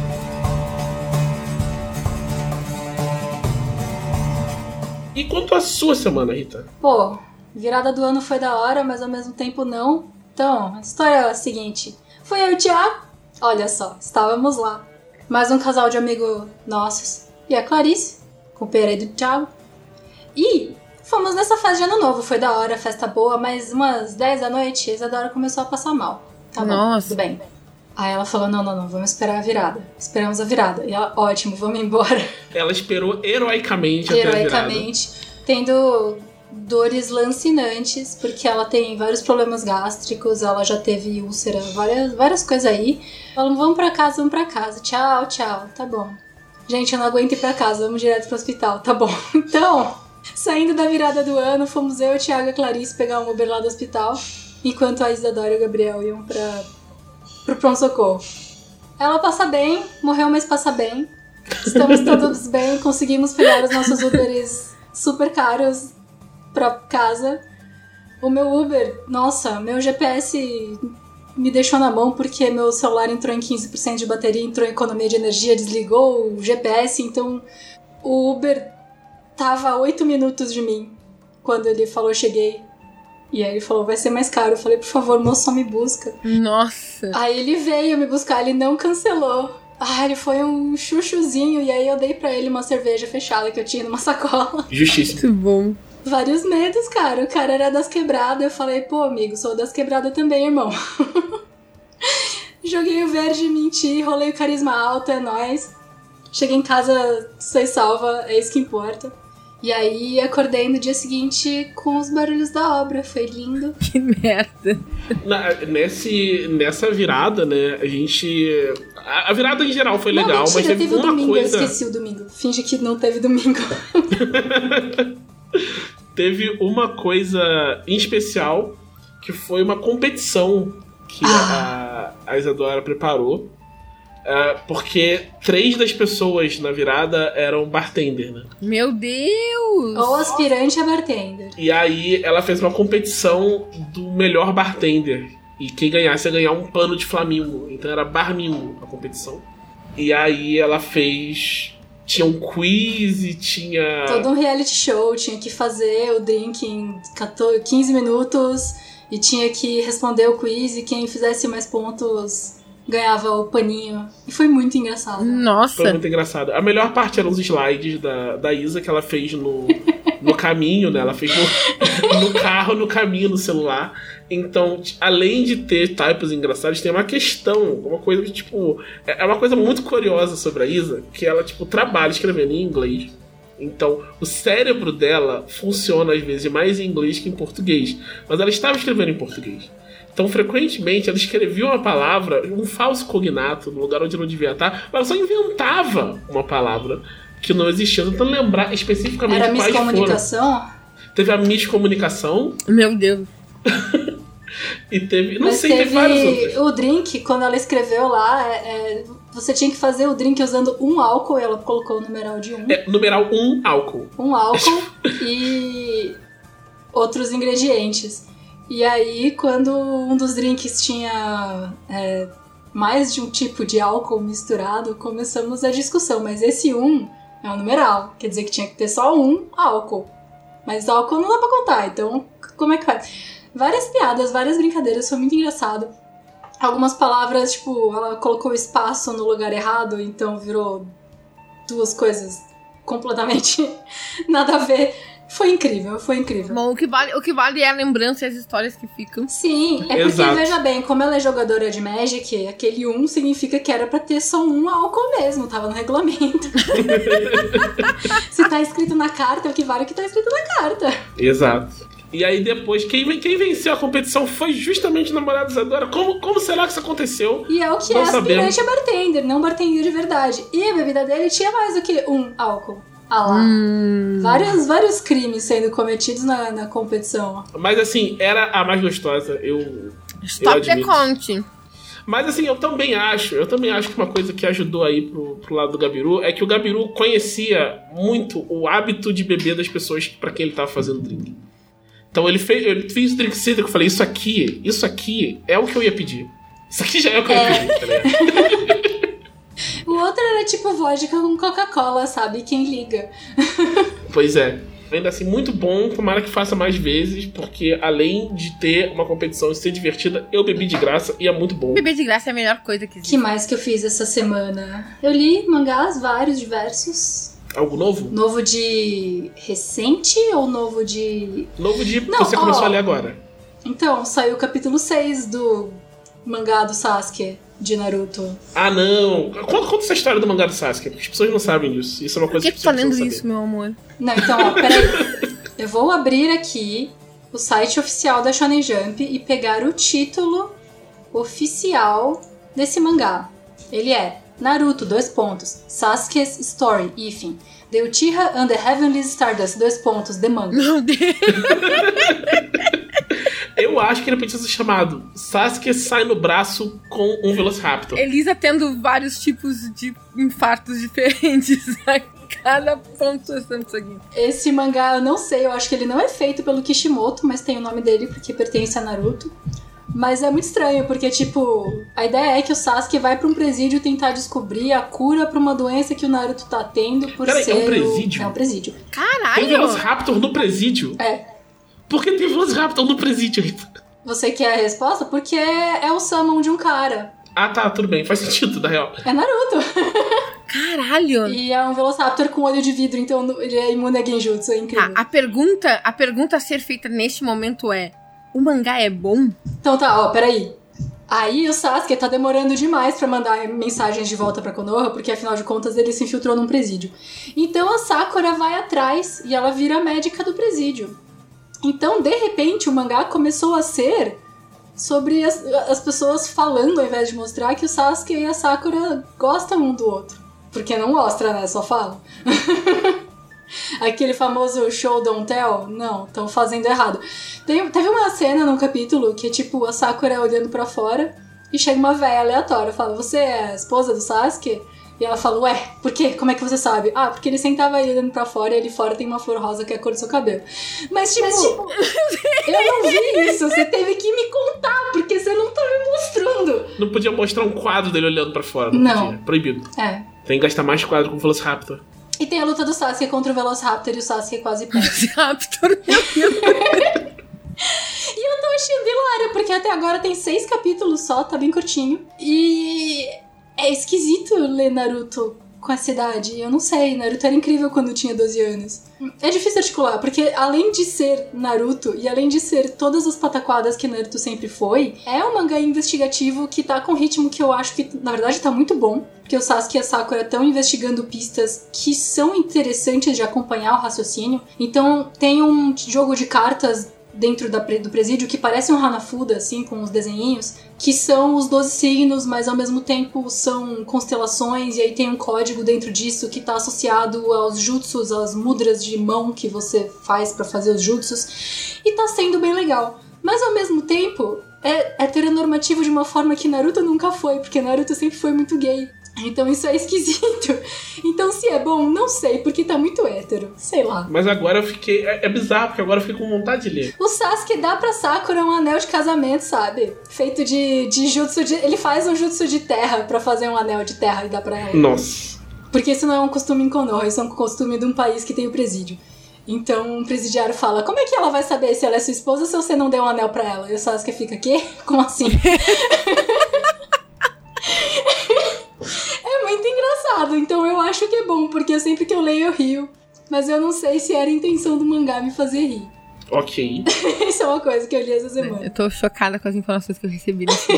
E quanto à sua semana, Rita? Pô, virada do ano foi da hora, mas ao mesmo tempo não. Então, a história é a seguinte. Fui eu e o Thiago, olha só, estávamos lá. Mais um casal de amigos nossos. E a Clarice, companheira do Thiago. E fomos nessa festa de ano novo, foi da hora, festa boa, mas umas 10 da noite, a Isadora começou a passar mal. Tá bom, Nossa. tudo bem. Aí ela falou, não, vamos esperar a virada. Esperamos a virada. E ela, ótimo, vamos embora. Ela esperou heroicamente até a virada. Heroicamente, tendo dores lancinantes, porque ela tem vários problemas gástricos, ela já teve úlcera, várias coisas aí. Falando, vamos pra casa, tchau, tá bom. Gente, eu não aguento ir pra casa, vamos direto pro hospital, tá bom. Então, saindo da virada do ano, fomos eu, o Thiago e a Clarice pegar um Uber lá do hospital, enquanto a Isadora e o Gabriel iam pro pronto-socorro. Ela passa bem, morreu, mas passa bem. Estamos todos bem, conseguimos pegar os nossos Uberes super caros pra casa. O meu Uber, nossa, meu GPS me deixou na mão porque meu celular entrou em 15% de bateria, entrou em economia de energia, desligou o GPS, então o Uber tava a 8 minutos de mim quando ele falou cheguei. E aí ele falou, vai ser mais caro. Eu falei, por favor, moço, só me busca. Nossa. Aí ele veio me buscar, ele não cancelou. Ele foi um chuchuzinho, e aí eu dei pra ele uma cerveja fechada que eu tinha numa sacola. Justíssimo. Muito bom. Vários medos, cara. O cara era das quebradas. Eu falei, pô, amigo, sou das quebradas também, irmão. Joguei o verde, menti, rolei o carisma alto, é nóis. Cheguei em casa, sei salva, é isso que importa. E aí acordei no dia seguinte com os barulhos da obra, foi lindo. Que merda. Nessa virada, né, a gente... A virada em geral foi legal, mentira, mas teve o uma domingo, coisa... Eu esqueci o domingo. Finge que não teve domingo. Teve uma coisa em especial, que foi uma competição que a Isadora preparou. Porque 3 das pessoas na virada eram bartender, né? Meu Deus! Ou aspirante a bartender. E aí ela fez uma competição do melhor bartender. E quem ganhasse ia ganhar um pano de flamingo. Então era barmingo a competição. E aí ela fez... Tinha um quiz e tinha... Todo um reality show. Tinha que fazer o drink em 15 minutos. E tinha que responder o quiz. E quem fizesse mais pontos... ganhava o paninho. E foi muito engraçado. Nossa. Foi muito engraçado. A melhor parte eram os slides da Isa que ela fez no caminho, né? Ela fez no carro, no caminho, no celular. Então, além de ter typos engraçados, tem uma questão, uma coisa que, tipo... É uma coisa muito curiosa sobre a Isa, que ela, tipo, trabalha escrevendo em inglês. Então, o cérebro dela funciona, às vezes, mais em inglês que em português. Mas ela estava escrevendo em português. Então, frequentemente, ela escrevia uma palavra, um falso cognato, no lugar onde não devia estar, mas ela só inventava uma palavra que não existia. Tentando lembrar especificamente Era quais miscomunicação? foram. Teve a miscomunicação. Meu Deus. E teve... Mas teve vários outros. O drink, quando ela escreveu lá, você tinha que fazer o drink usando um álcool, e ela colocou o numeral de 1. Numeral 1, álcool. Um álcool e outros ingredientes. E aí, quando um dos drinks tinha mais de um tipo de álcool misturado, começamos a discussão. Mas esse 1 é um numeral, quer dizer que tinha que ter só um álcool. Mas álcool não dá pra contar, então como é que faz? Várias piadas, várias brincadeiras, foi muito engraçado. Algumas palavras, tipo, ela colocou espaço no lugar errado, então virou 2 coisas completamente nada a ver. Foi incrível, foi incrível. Bom, o que vale é a lembrança e as histórias que ficam. Sim, é porque, Exato. veja bem, como ela é jogadora de Magic, aquele 1 significa que era pra ter só um álcool mesmo, tava no regulamento. Se tá escrito na carta, é o que vale o que tá escrito na carta. Exato. E aí depois, quem venceu a competição foi justamente o namorado Isadora. Como será que isso aconteceu? E é o que Não é aspirante sabemos. a bartender, não bartender de verdade. E a bebida dele tinha mais do que um álcool. Ah lá. Vários crimes sendo cometidos na competição. Mas assim, era a mais gostosa. Eu Stop the admito. conte. Mas assim, eu também acho que uma coisa que ajudou aí pro lado do Gabiru é que o Gabiru conhecia muito o hábito de beber das pessoas pra quem ele tava fazendo drink. Então ele fez o drink cítrico, eu falei, isso aqui é o que eu ia pedir. Isso aqui já é o que eu ia pedir, tá ligado? O outro era tipo vodka com Coca-Cola, sabe? Quem liga? Pois é. Ainda assim, muito bom, tomara que faça mais vezes, porque além de ter uma competição e ser divertida, eu bebi de graça e é muito bom. Beber de graça é a melhor coisa que existe. Que mais que eu fiz essa semana? Eu li mangás, vários, diversos. Algo novo? Novo de recente ou novo de... Novo de Não, você começou a ler agora. Então, saiu o capítulo 6 do mangá do Sasuke, de Naruto. Ah, não. Conta essa história do mangá do Sasuke, porque as pessoas não sabem disso. Isso é uma Por coisa que que tu tá as pessoas lendo precisam isso, saber. meu amor? Não, então, ó, peraí. Eu vou abrir aqui o site oficial da Shonen Jump e pegar o título oficial desse mangá. Ele é Naruto, Sasuke's Story, Ifin. The Uchiha and the Heavenly Stardust, The Manga. Meu Deus. Eu acho que ele podia ser chamado Sasuke sai no braço com um Velociraptor. Elisa tendo vários tipos de infartos diferentes a cada ponto isso aqui. Esse mangá, eu não sei, eu acho que ele não é feito pelo Kishimoto, mas tem o nome dele porque pertence a Naruto. Mas é muito estranho, porque, tipo, a ideia é que o Sasuke vai pra um presídio tentar descobrir a cura pra uma doença que o Naruto tá tendo por Peraí, ser... é um presídio? É um presídio. Tem Caralho! Velociraptor no presídio? É. Por que tem Velociraptor no presídio, Rita? Você quer a resposta? Porque é o summon de um cara. Ah, tá, tudo bem. Faz sentido, na real. É Naruto. Caralho! E é um Velociraptor com olho de vidro, então ele é imune a Genjutsu, é incrível. A pergunta a ser feita neste momento é: o mangá é bom? Então tá, ó, peraí. Aí o Sasuke tá demorando demais pra mandar mensagens de volta pra Konoha, porque afinal de contas ele se infiltrou num presídio. Então a Sakura vai atrás e ela vira a médica do presídio. Então, de repente, o mangá começou a ser sobre as pessoas falando, ao invés de mostrar que o Sasuke e a Sakura gostam um do outro. Porque não mostra, né? Só fala. Aquele famoso show don't tell? Não, estão fazendo errado. Teve uma cena num capítulo que é tipo a Sakura olhando pra fora e chega uma véia aleatória. Fala, você é a esposa do Sasuke? E ela fala, ué, por quê? Como é que você sabe? Ah, porque ele sentava aí olhando pra fora e ali fora tem uma flor rosa que é a cor do seu cabelo. Mas tipo, eu não vi isso. Você teve que me contar, porque você não tá me mostrando. Não podia mostrar um quadro dele olhando pra fora. Não. Podia. Proibido. É. Tem que gastar mais quadro com o Velociraptor. E tem a luta do Sasuke contra o Velociraptor e o Sasuke quase perde. Raptor, meu Deus. E eu tô achando hilário, porque até agora tem 6 capítulos só, tá bem curtinho. E é esquisito ler Naruto com essa idade. Eu não sei, Naruto era incrível quando eu tinha 12 anos. É difícil articular, porque além de ser Naruto e além de ser todas as pataquadas que Naruto sempre foi, é um mangá investigativo que tá com um ritmo que eu acho que, na verdade, tá muito bom. Porque o Sasuke e a Sakura estão investigando pistas que são interessantes de acompanhar o raciocínio. Então tem um jogo de cartas dentro do presídio que parece um Hanafuda, assim, com os desenhinhos, que são os 12 signos, mas ao mesmo tempo são constelações, e aí tem um código dentro disso que tá associado aos jutsus, às mudras de mão que você faz pra fazer os jutsus, e tá sendo bem legal. Mas ao mesmo tempo, é heteronormativo de uma forma que Naruto nunca foi, porque Naruto sempre foi muito gay. Então isso é esquisito. Então se é bom, não sei, porque tá muito hétero. Sei lá. Mas agora eu fiquei... É bizarro, porque agora eu fiquei com vontade de ler. O Sasuke dá pra Sakura um anel de casamento, sabe? Feito de jutsu de... Ele faz um jutsu de terra pra fazer um anel de terra e dá pra ela. Nossa. Porque isso não é um costume em Konoha, isso é um costume de um país que tem o presídio. Então um presidiário fala, como é que ela vai saber se ela é sua esposa se você não deu um anel pra ela? E o Sasuke fica, quê? Como assim? É muito engraçado, então eu acho que é bom, porque sempre que eu leio eu rio. mas eu não sei se era a intenção do mangá me fazer rir. Ok. Isso é uma coisa que eu li essa semana. Eu tô chocada com as informações que eu recebi nesse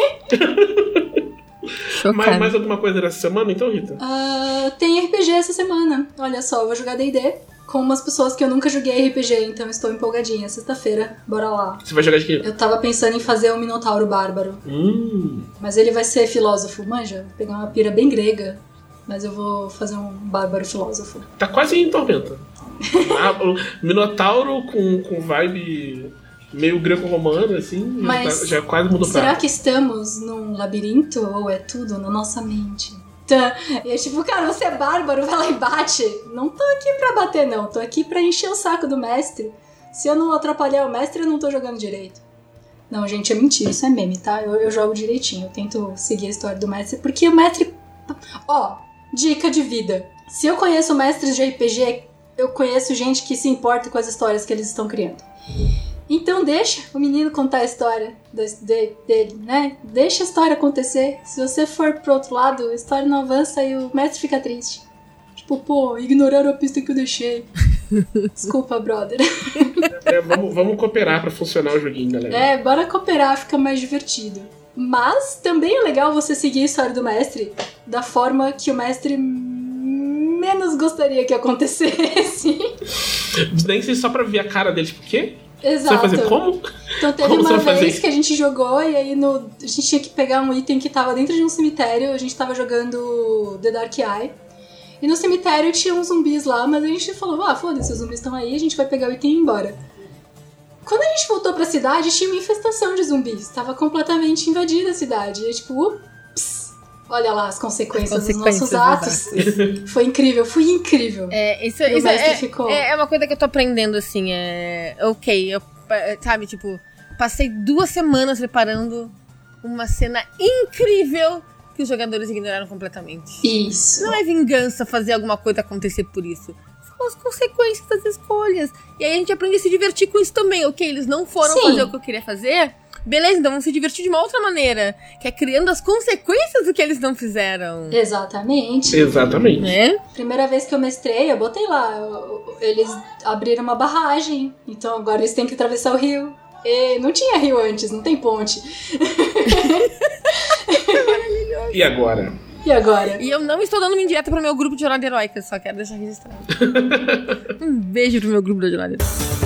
livro. Chocada. Mais alguma coisa dessa semana, então, Rita? Tem RPG essa semana. Olha só, eu vou jogar D&D com umas pessoas que eu nunca joguei RPG, então estou empolgadinha. Sexta-feira, bora lá. Você vai jogar de quê? Eu tava pensando em fazer um Minotauro Bárbaro. Mas ele vai ser filósofo, manja? Vou pegar uma pira bem grega, mas eu vou fazer um bárbaro filósofo. Tá quase em Tormenta. O Minotauro com vibe meio greco-romano, assim, mas já quase mudou pra... Será que estamos num labirinto ou é tudo na nossa mente? E é tipo, cara, você é bárbaro, vai lá e bate. Não tô aqui pra bater, não. Tô aqui pra encher o saco do mestre. Se eu não atrapalhar o mestre, eu não tô jogando direito. Não, gente, é mentira. Isso é meme, tá? Eu jogo direitinho. Eu tento seguir a história do mestre. Porque o mestre... Ó, dica de vida. Se eu conheço mestres de RPG, eu conheço gente que se importa com as histórias que eles estão criando. Então deixa o menino contar a história dele, né? Deixa a história acontecer. Se você for pro outro lado, a história não avança e o mestre fica triste. Tipo, pô, ignoraram a pista que eu deixei. Desculpa, brother. Vamos cooperar pra funcionar o joguinho, galera. Bora cooperar, fica mais divertido. Mas também é legal você seguir a história do mestre da forma que o mestre menos gostaria que acontecesse. Nem sei, só pra ver a cara deles, por quê? Exato. Você vai fazer como? Então teve uma vez que a gente jogou e aí a gente tinha que pegar um item que tava dentro de um cemitério. A gente tava jogando The Dark Eye. E no cemitério tinha uns zumbis lá, mas a gente falou, foda-se, os zumbis estão aí, a gente vai pegar o item e ir embora. Quando a gente voltou pra cidade, tinha uma infestação de zumbis. Tava completamente invadida a cidade. E tipo, ups, olha lá as consequências dos nossos atos. Foi incrível, Isso é uma coisa que eu tô aprendendo, assim, sabe, tipo, passei 2 semanas preparando uma cena incrível que os jogadores ignoraram completamente. Isso. Não é vingança fazer alguma coisa acontecer por isso. São as consequências das escolhas. E aí a gente aprende a se divertir com isso também, ok? Eles não foram fazer o que eu queria fazer... Beleza, então vamos se divertir de uma outra maneira, que é criando as consequências do que eles não fizeram. Exatamente. Né? Primeira vez que eu mestrei, eu botei lá, eles abriram uma barragem, então agora eles têm que atravessar o rio. E não tinha rio antes, não tem ponte. E agora? E eu não estou dando uma indireta pro meu grupo de Jornada Heróica, só quero deixar registrado. Um beijo pro meu grupo da Jornada Heróica.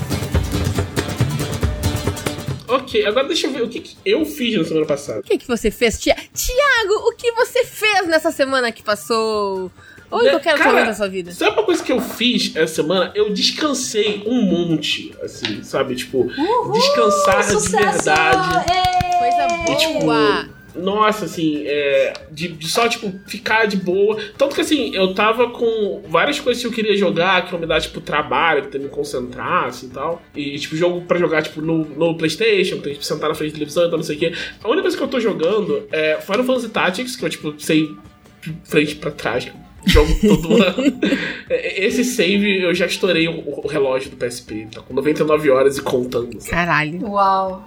Ok, agora deixa eu ver o que eu fiz na semana passada. O que você fez, Tiago? O que você fez nessa semana que passou? Ou em qualquer outro momento da sua vida? Sabe uma coisa que eu fiz essa semana? Eu descansei um monte, assim, sabe? Tipo, descansar sucesso! De verdade. Coisa boa! Tipo, nossa, assim, de só, tipo, ficar de boa. Tanto que, assim, eu tava com várias coisas que eu queria jogar, que não me dá, tipo, trabalho, que me concentrar, assim, e tal. E, tipo, jogo pra jogar, tipo, no PlayStation, tem que tipo, sentar na frente da televisão, então não sei o quê. A única coisa que eu tô jogando é Final Fantasy Tactics, que eu, tipo, sei de frente pra trás, jogo todo ano. Esse save, eu já estourei o relógio do PSP. Tá com 99 horas e contando. Sabe? Caralho. Uau.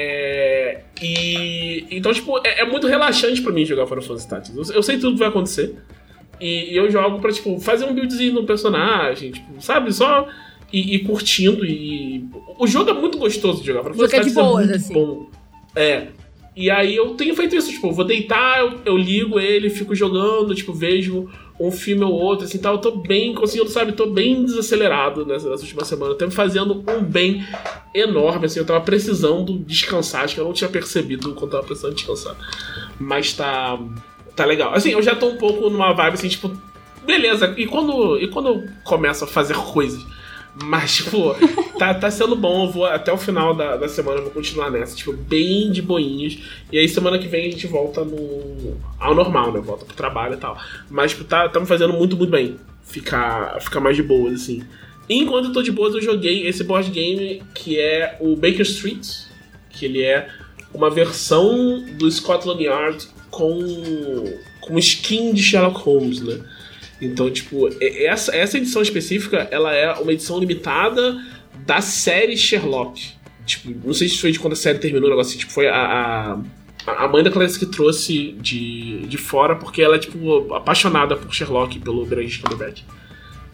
Então, tipo, é muito relaxante pra mim jogar Final Fantasy Tactics. Eu sei tudo que vai acontecer. E eu jogo pra, tipo, fazer um buildzinho no personagem, tipo, sabe? Só ir curtindo. O jogo é muito gostoso de jogar. Final Fantasy Tactics é muito assim. Bom. E aí eu tenho feito isso, tipo, eu vou deitar, eu ligo ele, fico jogando, tipo, vejo um filme ou outro, assim, tal. Eu tô bem conseguindo, sabe, tô bem desacelerado nessa última semana. Eu tô me fazendo um bem enorme, assim, eu tava precisando descansar, acho que eu não tinha percebido quando tava precisando descansar. Mas tá legal. Assim, eu já tô um pouco numa vibe, assim, tipo, beleza, e quando eu começo a fazer coisas? Mas, tipo, tá sendo bom. Eu vou até o final da semana, eu vou continuar nessa, tipo, bem de boinhas. E aí semana que vem a gente volta ao normal, né? Volta pro trabalho e tal. Mas, tipo, tá me fazendo muito, muito bem ficar mais de boas, assim. E enquanto eu tô de boas, eu joguei esse board game que é o Baker Street, que ele é uma versão do Scotland Yard com skin de Sherlock Holmes, né? Então, tipo, essa edição específica, ela é uma edição limitada da série Sherlock. Tipo, não sei se foi de quando a série terminou, o negócio assim, tipo, foi a mãe da Clarice que trouxe de fora, porque ela é, tipo, apaixonada por Sherlock, pelo Benedict Cumberbatch.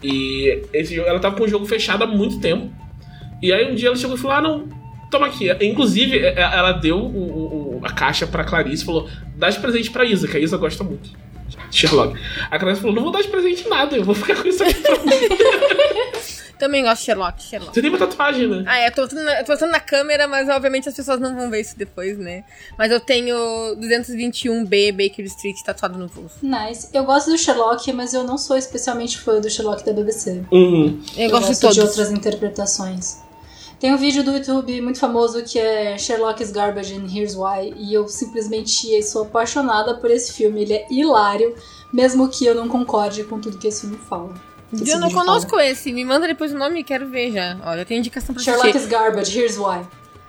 E esse jogo, ela tava com o jogo fechado há muito tempo. E aí um dia ela chegou e falou, não, toma aqui. Inclusive, ela deu a caixa pra Clarice e falou, dá de presente pra Isa, que a Isa gosta muito de Sherlock. A Clarice falou, não vou dar de presente nada, eu vou ficar com isso aqui pra mim. Também gosto de Sherlock. Você tem uma tatuagem, né? Eu tô mostrando na câmera, mas obviamente as pessoas não vão ver isso depois, né? Mas eu tenho 221B Baker Street tatuado no pulso. Nice. Eu gosto do Sherlock, mas eu não sou especialmente fã do Sherlock da BBC. Eu gosto de todos. De outras interpretações. Tem um vídeo do YouTube muito famoso que é Sherlock's Garbage and Here's Why, e eu simplesmente sou apaixonada por esse filme. Ele é hilário, mesmo que eu não concorde com tudo que esse filme fala. Eu não conosco esse. Me manda depois o nome e quero ver já. Olha, tem indicação pra Sherlock's Garbage, Here's Why.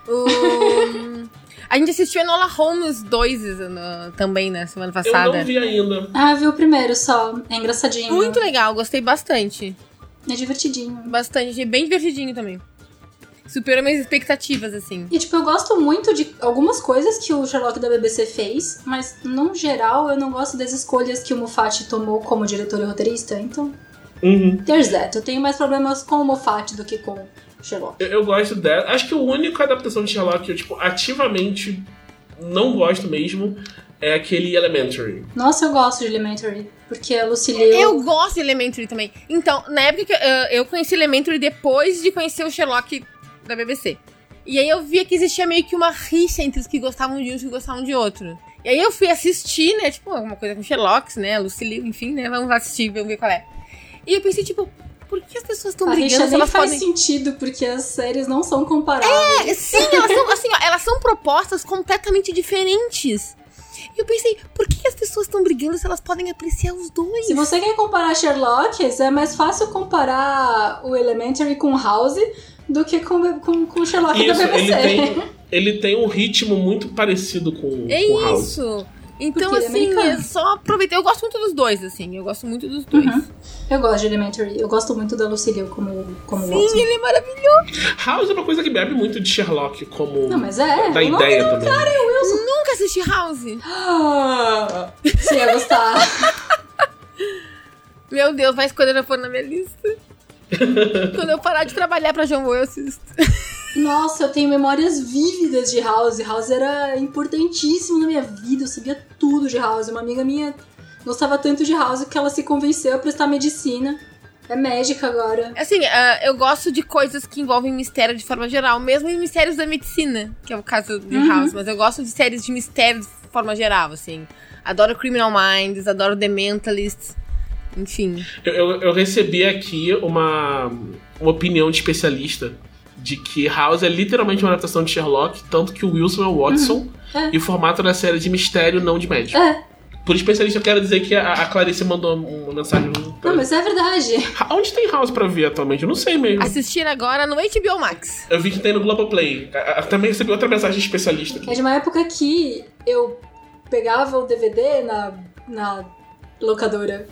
A gente assistiu Enola Holmes 2 também na semana passada. Eu não vi ainda. Vi o primeiro só. É engraçadinho. Muito legal, gostei bastante. É divertidinho. Bastante, bem divertidinho também. Superou minhas expectativas, assim. E, eu gosto muito de algumas coisas que o Sherlock da BBC fez, mas, no geral, eu não gosto das escolhas que o Moffat tomou como diretor e roteirista, então... There's that. Eu tenho mais problemas com o Moffat do que com o Sherlock. Eu gosto dela. Acho que a única adaptação de Sherlock que eu, ativamente não gosto mesmo é aquele Elementary. Nossa, eu gosto de Elementary, porque a Lucille... Eu gosto de Elementary também. Então, na época que eu conheci Elementary depois de conhecer o Sherlock da BBC. E aí eu via que existia meio que uma rixa entre os que gostavam de um e os que gostavam de outro. E aí eu fui assistir, né, alguma coisa com Sherlock, né, Lucille, enfim, né, vamos assistir, vamos ver qual é. E eu pensei, por que as pessoas estão brigando? A rixa nem faz sentido, porque as séries não são comparáveis. Sim, elas são, assim, elas são propostas completamente diferentes. E eu pensei, por que as pessoas estão brigando se elas podem apreciar os dois? Se você quer comparar Sherlock, é mais fácil comparar o Elementary com House do que com o Sherlock da BBC. Ele tem um ritmo muito parecido com House. Isso! Então, assim, é só aproveitar. Eu gosto muito dos dois, assim. Eu gosto muito dos dois. Eu gosto de Elementary. Eu gosto muito da Lucille como Sim, Watson. ele é maravilhoso. House é uma coisa que bebe muito de Sherlock, como... Não, mas da ideia também. Cara, Wilson. Nunca assisti House. Você ia gostar. Meu Deus, vai quando eu já for na minha lista. Quando eu parar de trabalhar pra John Boy, eu assisto. Nossa, eu tenho memórias vívidas de House. House era importantíssimo na minha vida. Eu sabia tudo de House. Uma amiga minha gostava tanto de House que ela se convenceu a prestar medicina. É médica agora. Assim, eu gosto de coisas que envolvem mistério de forma geral. Mesmo em mistérios da medicina, que é o caso de House. Mas eu gosto de séries de mistério de forma geral, assim. Adoro Criminal Minds, adoro The Mentalist. Enfim. Eu recebi aqui uma opinião de especialista de que House é literalmente uma adaptação de Sherlock, tanto que o Wilson é o Watson e o formato da série de mistério, não de médico. Por especialista, eu quero dizer que a Clarice mandou uma mensagem pra... Não, mas é verdade. Onde tem House pra ver atualmente? Eu não sei mesmo. Assistir agora no HBO Max. Eu vi que tem no Globoplay. Também recebi outra mensagem de especialista aqui. É de uma época que eu pegava o DVD na locadora.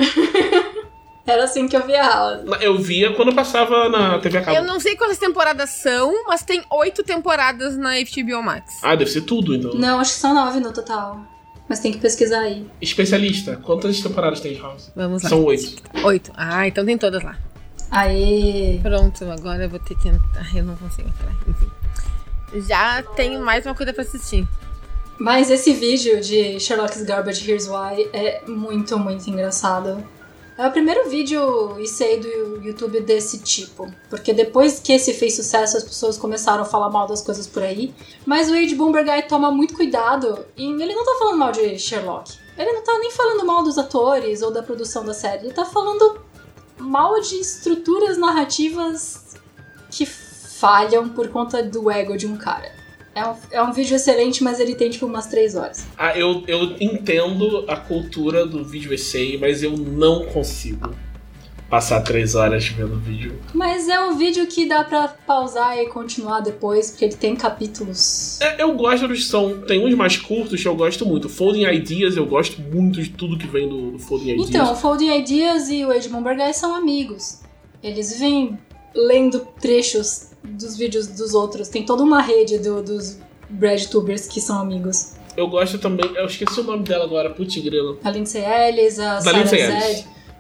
Era assim que eu via House. Eu via quando passava na TV a cabo. Eu não sei quantas temporadas são, mas tem 8 temporadas na HBO Max. Deve ser tudo, então. Não, acho que são 9 no total. Mas tem que pesquisar aí. Especialista, quantas temporadas tem de House? Vamos lá. São 8. 8. Então tem todas lá. Aê! Pronto, agora eu vou ter que entrar. Eu não consigo entrar. Enfim. Já tenho mais uma coisa pra assistir. Mas esse vídeo de Sherlock's Garbage Here's Why é muito, muito engraçado. É o primeiro vídeo do YouTube desse tipo. Porque depois que esse fez sucesso, as pessoas começaram a falar mal das coisas por aí. Mas o Ed Boon Guy toma muito cuidado. E ele não tá falando mal de Sherlock. Ele não tá nem falando mal dos atores ou da produção da série. Ele tá falando mal de estruturas narrativas que falham por conta do ego de um cara. É um vídeo excelente, mas ele tem tipo umas 3 horas. Eu entendo a cultura do vídeo essay, mas eu não consigo passar 3 horas vendo o vídeo. Mas é um vídeo que dá pra pausar e continuar depois, porque ele tem capítulos. Eu gosto dos tem uns mais curtos que eu gosto muito. Folding Ideas, eu gosto muito de tudo que vem do Folding Ideas. Então, o Folding Ideas e o Ed Boon Guy são amigos. Eles vêm lendo trechos dos vídeos dos outros. Tem toda uma rede dos BradTubers que são amigos. Eu gosto também, eu esqueci o nome dela agora, putz grilo. A Lindsay Ellis, a Sarah Zed.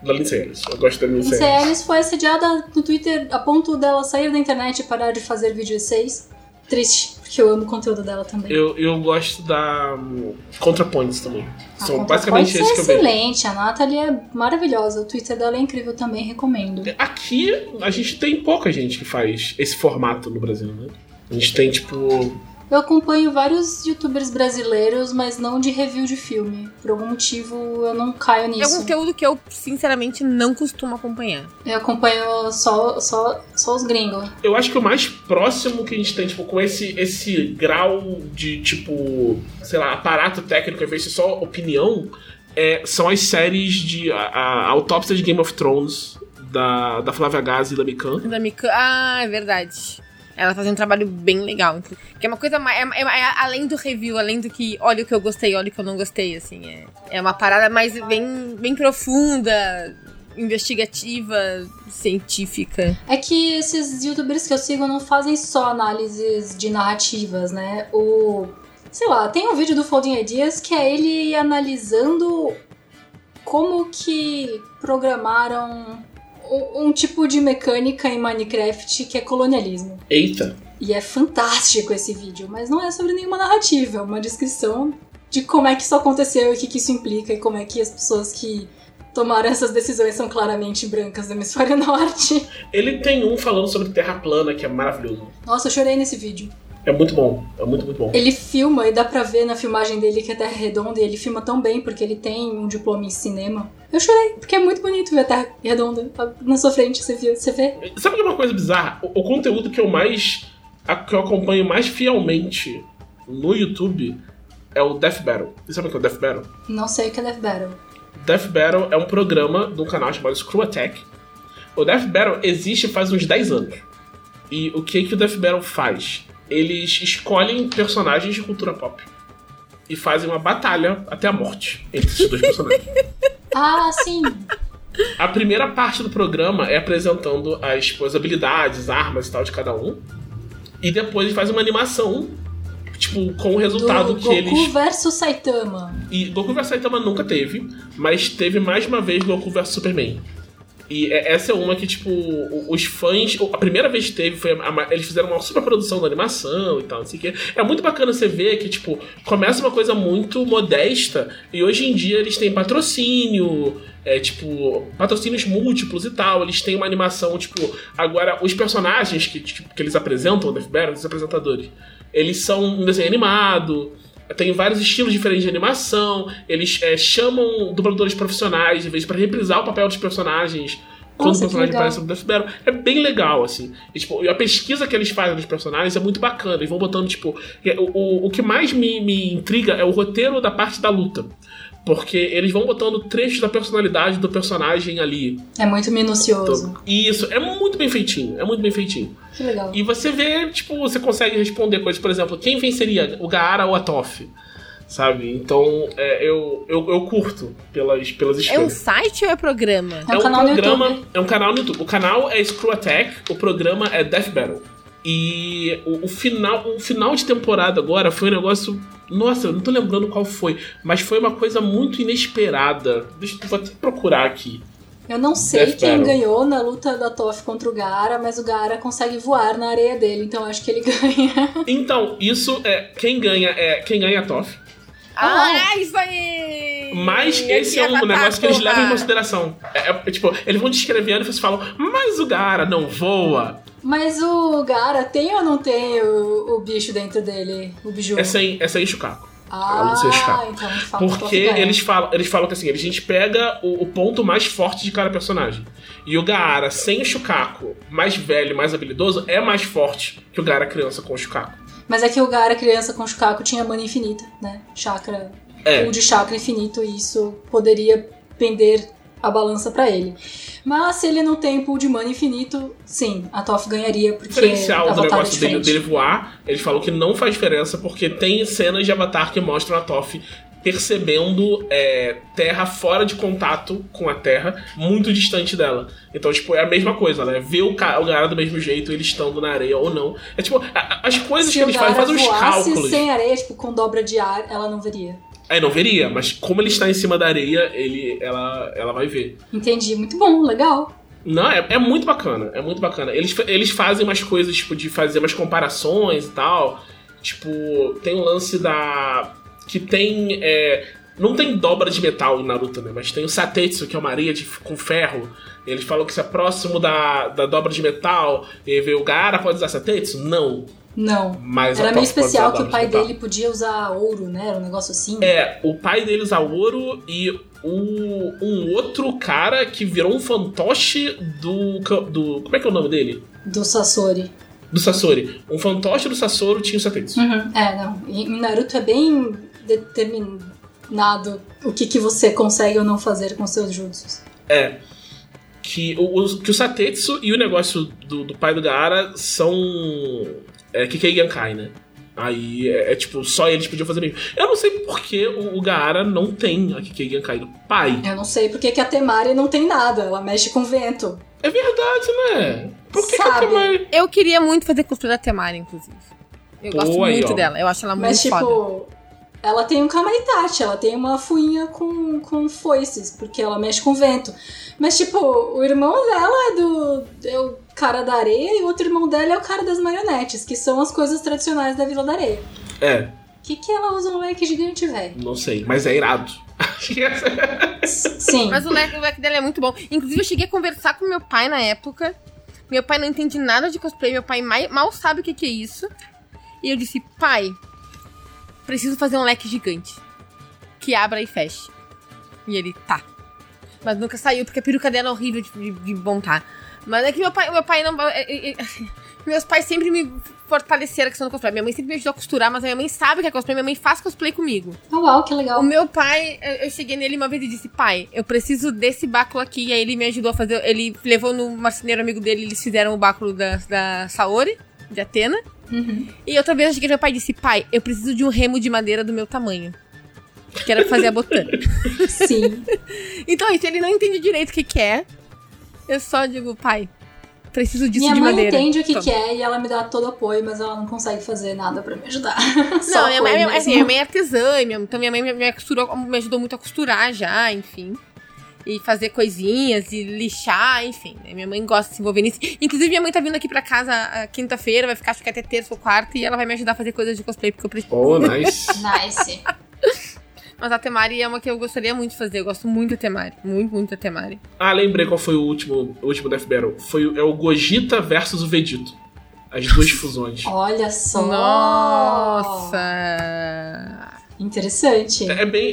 Da Lindsay Ellis. Eu gosto da Lindsay Lindsay Ellis. Ellis foi assediada no Twitter a ponto dela sair da internet e parar de fazer vídeo essays. Triste, porque eu amo o conteúdo dela também. Eu gosto da ContraPoints também. A São basicamente esses que eu vejo. excelente, a Nathalie é maravilhosa. O Twitter dela é incrível também, recomendo. Aqui, a gente tem pouca gente que faz esse formato no Brasil, né? A gente tem, tipo... Eu acompanho vários youtubers brasileiros, mas não de review de filme. Por algum motivo, eu não caio É um nisso. conteúdo que eu, sinceramente, não costumo acompanhar. Eu acompanho só os gringos. Eu acho que o mais próximo que a gente tem, tipo, com esse grau de, tipo, sei lá, aparato técnico, ao invés de só opinião, são as séries de a autópsia de Game of Thrones, da Flávia Gazi e da Mikan. É verdade. Ela faz um trabalho bem legal. Que é uma coisa mais... além do review, além do que... Olha o que eu gostei, olha o que eu não gostei, assim. É uma parada mais bem profunda, investigativa, científica. É que esses youtubers que eu sigo não fazem só análises de narrativas, né? Sei lá, tem um vídeo do Folding Ideas que é ele analisando como que programaram um tipo de mecânica em Minecraft que é colonialismo. Eita! E é fantástico esse vídeo, mas não é sobre nenhuma narrativa, é uma descrição de como é que isso aconteceu e o que isso implica e como é que as pessoas que tomaram essas decisões são claramente brancas do hemisfério norte. Ele tem um falando sobre terra plana que é maravilhoso. Nossa, eu chorei nesse vídeo. É muito bom, é muito, muito bom. Ele filma e dá pra ver na filmagem dele que a Terra é redonda e ele filma tão bem porque ele tem um diploma em cinema. Eu chorei, porque é muito bonito ver a Terra redonda na sua frente, você vê. Sabe que é uma coisa bizarra? O conteúdo que eu acompanho mais fielmente no YouTube é o Death Battle. Você sabe o que é o Death Battle? Não sei o que é Death Battle. Death Battle é um programa de um canal chamado Screw Attack. O Death Battle existe faz uns 10 anos. E o que o Death Battle faz? Eles escolhem personagens de cultura pop e fazem uma batalha até a morte entre esses dois personagens. Ah, sim! A primeira parte do programa é apresentando as habilidades, armas e tal de cada um. E depois eles fazem uma animação, tipo, com o resultado que eles... Goku versus Saitama. E Goku vs Saitama nunca teve, mas teve mais uma vez Goku vs Superman. E essa é uma que, tipo, os fãs... A primeira vez que teve, eles fizeram uma super produção da animação e tal, não sei o quê. É muito bacana você ver que, tipo, começa uma coisa muito modesta e hoje em dia eles têm patrocínio, patrocínios múltiplos e tal. Eles têm uma animação, tipo... Agora, os personagens que eles apresentam, o Death Battle, os apresentadores, eles são um desenho animado... Tem vários estilos diferentes de animação. Eles chamam dubladores profissionais, em vez para reprisar o papel dos personagens quando o personagem aparece no Death Battle. É bem legal, assim. E, tipo, a pesquisa que eles fazem dos personagens é muito bacana. Eles vão botando, tipo... O que mais me intriga é o roteiro da parte da luta. Porque eles vão botando trechos da personalidade do personagem ali. É muito minucioso. Então, isso, é muito bem feitinho. É muito bem feitinho. Que legal. E você vê, tipo, você consegue responder coisas, por exemplo, quem venceria, o Gaara ou a Toph? Sabe? Então, eu curto pelas escolhas. É um site ou é programa? É um canal programa, no YouTube. É um canal no YouTube. O canal é Screw Attack, o programa é Death Battle. E o final de temporada agora foi um negócio... Nossa, eu não tô lembrando qual foi, mas foi uma coisa muito inesperada. Vou até procurar aqui. Eu não sei Death quem Battle. ganhou na luta da Toph contra o Gaara, mas o Gaara consegue voar na areia dele, então acho que ele ganha. Então, isso quem ganha é a Toph. Isso aí! Mas esse é um negócio que eles levam em consideração. Tipo, eles vão descrevendo e vocês falam, mas o Gaara não voa. Mas o Gaara tem ou não tem o bicho dentro dele, o biju? É sem Shukaku. Então fala. Porque eles falam que assim, a gente pega o ponto mais forte de cada personagem. E o Gaara sem o Shukaku, mais velho, mais habilidoso, é mais forte que o Gaara criança com o Shukaku. Mas é que o Gaara criança com o Shukaku tinha mana infinita, né? Chakra, pool de chakra infinito, e isso poderia pender a balança pra ele. Mas se ele não tem pool de mana infinito, sim, a Toph ganharia, porque o diferencial a do Avatar negócio dele voar, eles falam que não faz diferença, porque tem cenas de Avatar que mostram a Toph percebendo terra fora de contato com a terra, muito distante dela. Então, tipo, é a mesma coisa, né? Ver o Gaara do mesmo jeito, ele estando na areia ou não. É tipo, as coisas que eles fazem uns cálculos. Se sem areia, tipo, com dobra de ar, ela não veria. Aí não veria, mas como ele está em cima da areia, ela vai ver. Entendi, muito bom, legal. Não, é muito bacana, é muito bacana. Eles fazem umas coisas, tipo, de fazer umas comparações e tal. Tipo, tem um lance que tem... não tem dobra de metal em Naruto, né? Mas tem o Satetsu, que é uma areia com ferro. Eles falam que isso é próximo da dobra de metal. E aí veio o Gaara, pode usar Satetsu? Não. Mas era meio especial que o pai dele podia usar ouro, né? Era um negócio assim. O pai dele usa ouro e um outro cara que virou um fantoche do... Como é que é o nome dele? Do Sasori. Um fantoche do Sasori tinha o Satetsu. Não. Em Naruto é bem determinado o que você consegue ou não fazer com seus jutsus. Que o Satetsu e o negócio do pai do Gaara são Kikei Genkai, né? Aí tipo, só eles podiam fazer mesmo. Eu não sei por que o Gaara não tem a Kikei Genkai do pai. Eu não sei porque que a Temari não tem nada, ela mexe com vento. É verdade, né? Por que a Temari... Eu queria muito fazer cosplay da Temari, inclusive. Eu gosto muito dela, eu acho ela muito foda. Mas, tipo, ela tem um Kamaitachi, ela tem uma fuinha com foices, porque ela mexe com vento. Mas, tipo, o irmão dela é o cara da areia e o outro irmão dela é o cara das marionetes, que são as coisas tradicionais da Vila da Areia. Que ela usa um leque gigante, velho? Não sei, mas é irado. Sim. Mas o leque dela é muito bom. Inclusive, eu cheguei a conversar com meu pai na época. Meu pai não entende nada de cosplay, meu pai mal sabe o que é isso. E eu disse, pai, preciso fazer um leque gigante que abra e feche. E ele, tá. Mas nunca saiu, porque a peruca dela é horrível de montar. Mas é que meu pai não... Meus pais sempre me fortaleceram a questão do cosplay. Minha mãe sempre me ajudou a costurar, mas a minha mãe sabe que é cosplay. Minha mãe faz cosplay comigo. Uau, que legal. O meu pai, eu cheguei nele uma vez e disse, pai, eu preciso desse báculo aqui. E aí ele me ajudou a fazer... Ele levou no marceneiro amigo dele, eles fizeram o báculo da Saori, de Atena. E outra vez eu cheguei no meu pai e disse, pai, eu preciso de um remo de madeira do meu tamanho. Que era pra fazer a botânica. Sim. Então isso, ele não entende direito o que é. Eu só digo, pai, preciso disso de madeira. Minha mãe entende o que é e ela me dá todo apoio, mas ela não consegue fazer nada pra me ajudar. Não, minha mãe é artesã, então minha mãe me ajudou muito a costurar já, enfim. E fazer coisinhas, e lixar, enfim. Né? Minha mãe gosta de se envolver nisso. Inclusive, minha mãe tá vindo aqui pra casa quinta-feira, vai ficar, acho que até terça ou quarta, e ela vai me ajudar a fazer coisas de cosplay, porque eu preciso. Oh, nice. Nice. Mas a Temari é uma que eu gostaria muito de fazer. Eu gosto muito da Temari. Muito, muito da Temari. Lembrei qual foi o último Death Battle. É o Gogeta versus o Vegito. As duas fusões. Olha só! Nossa! Interessante.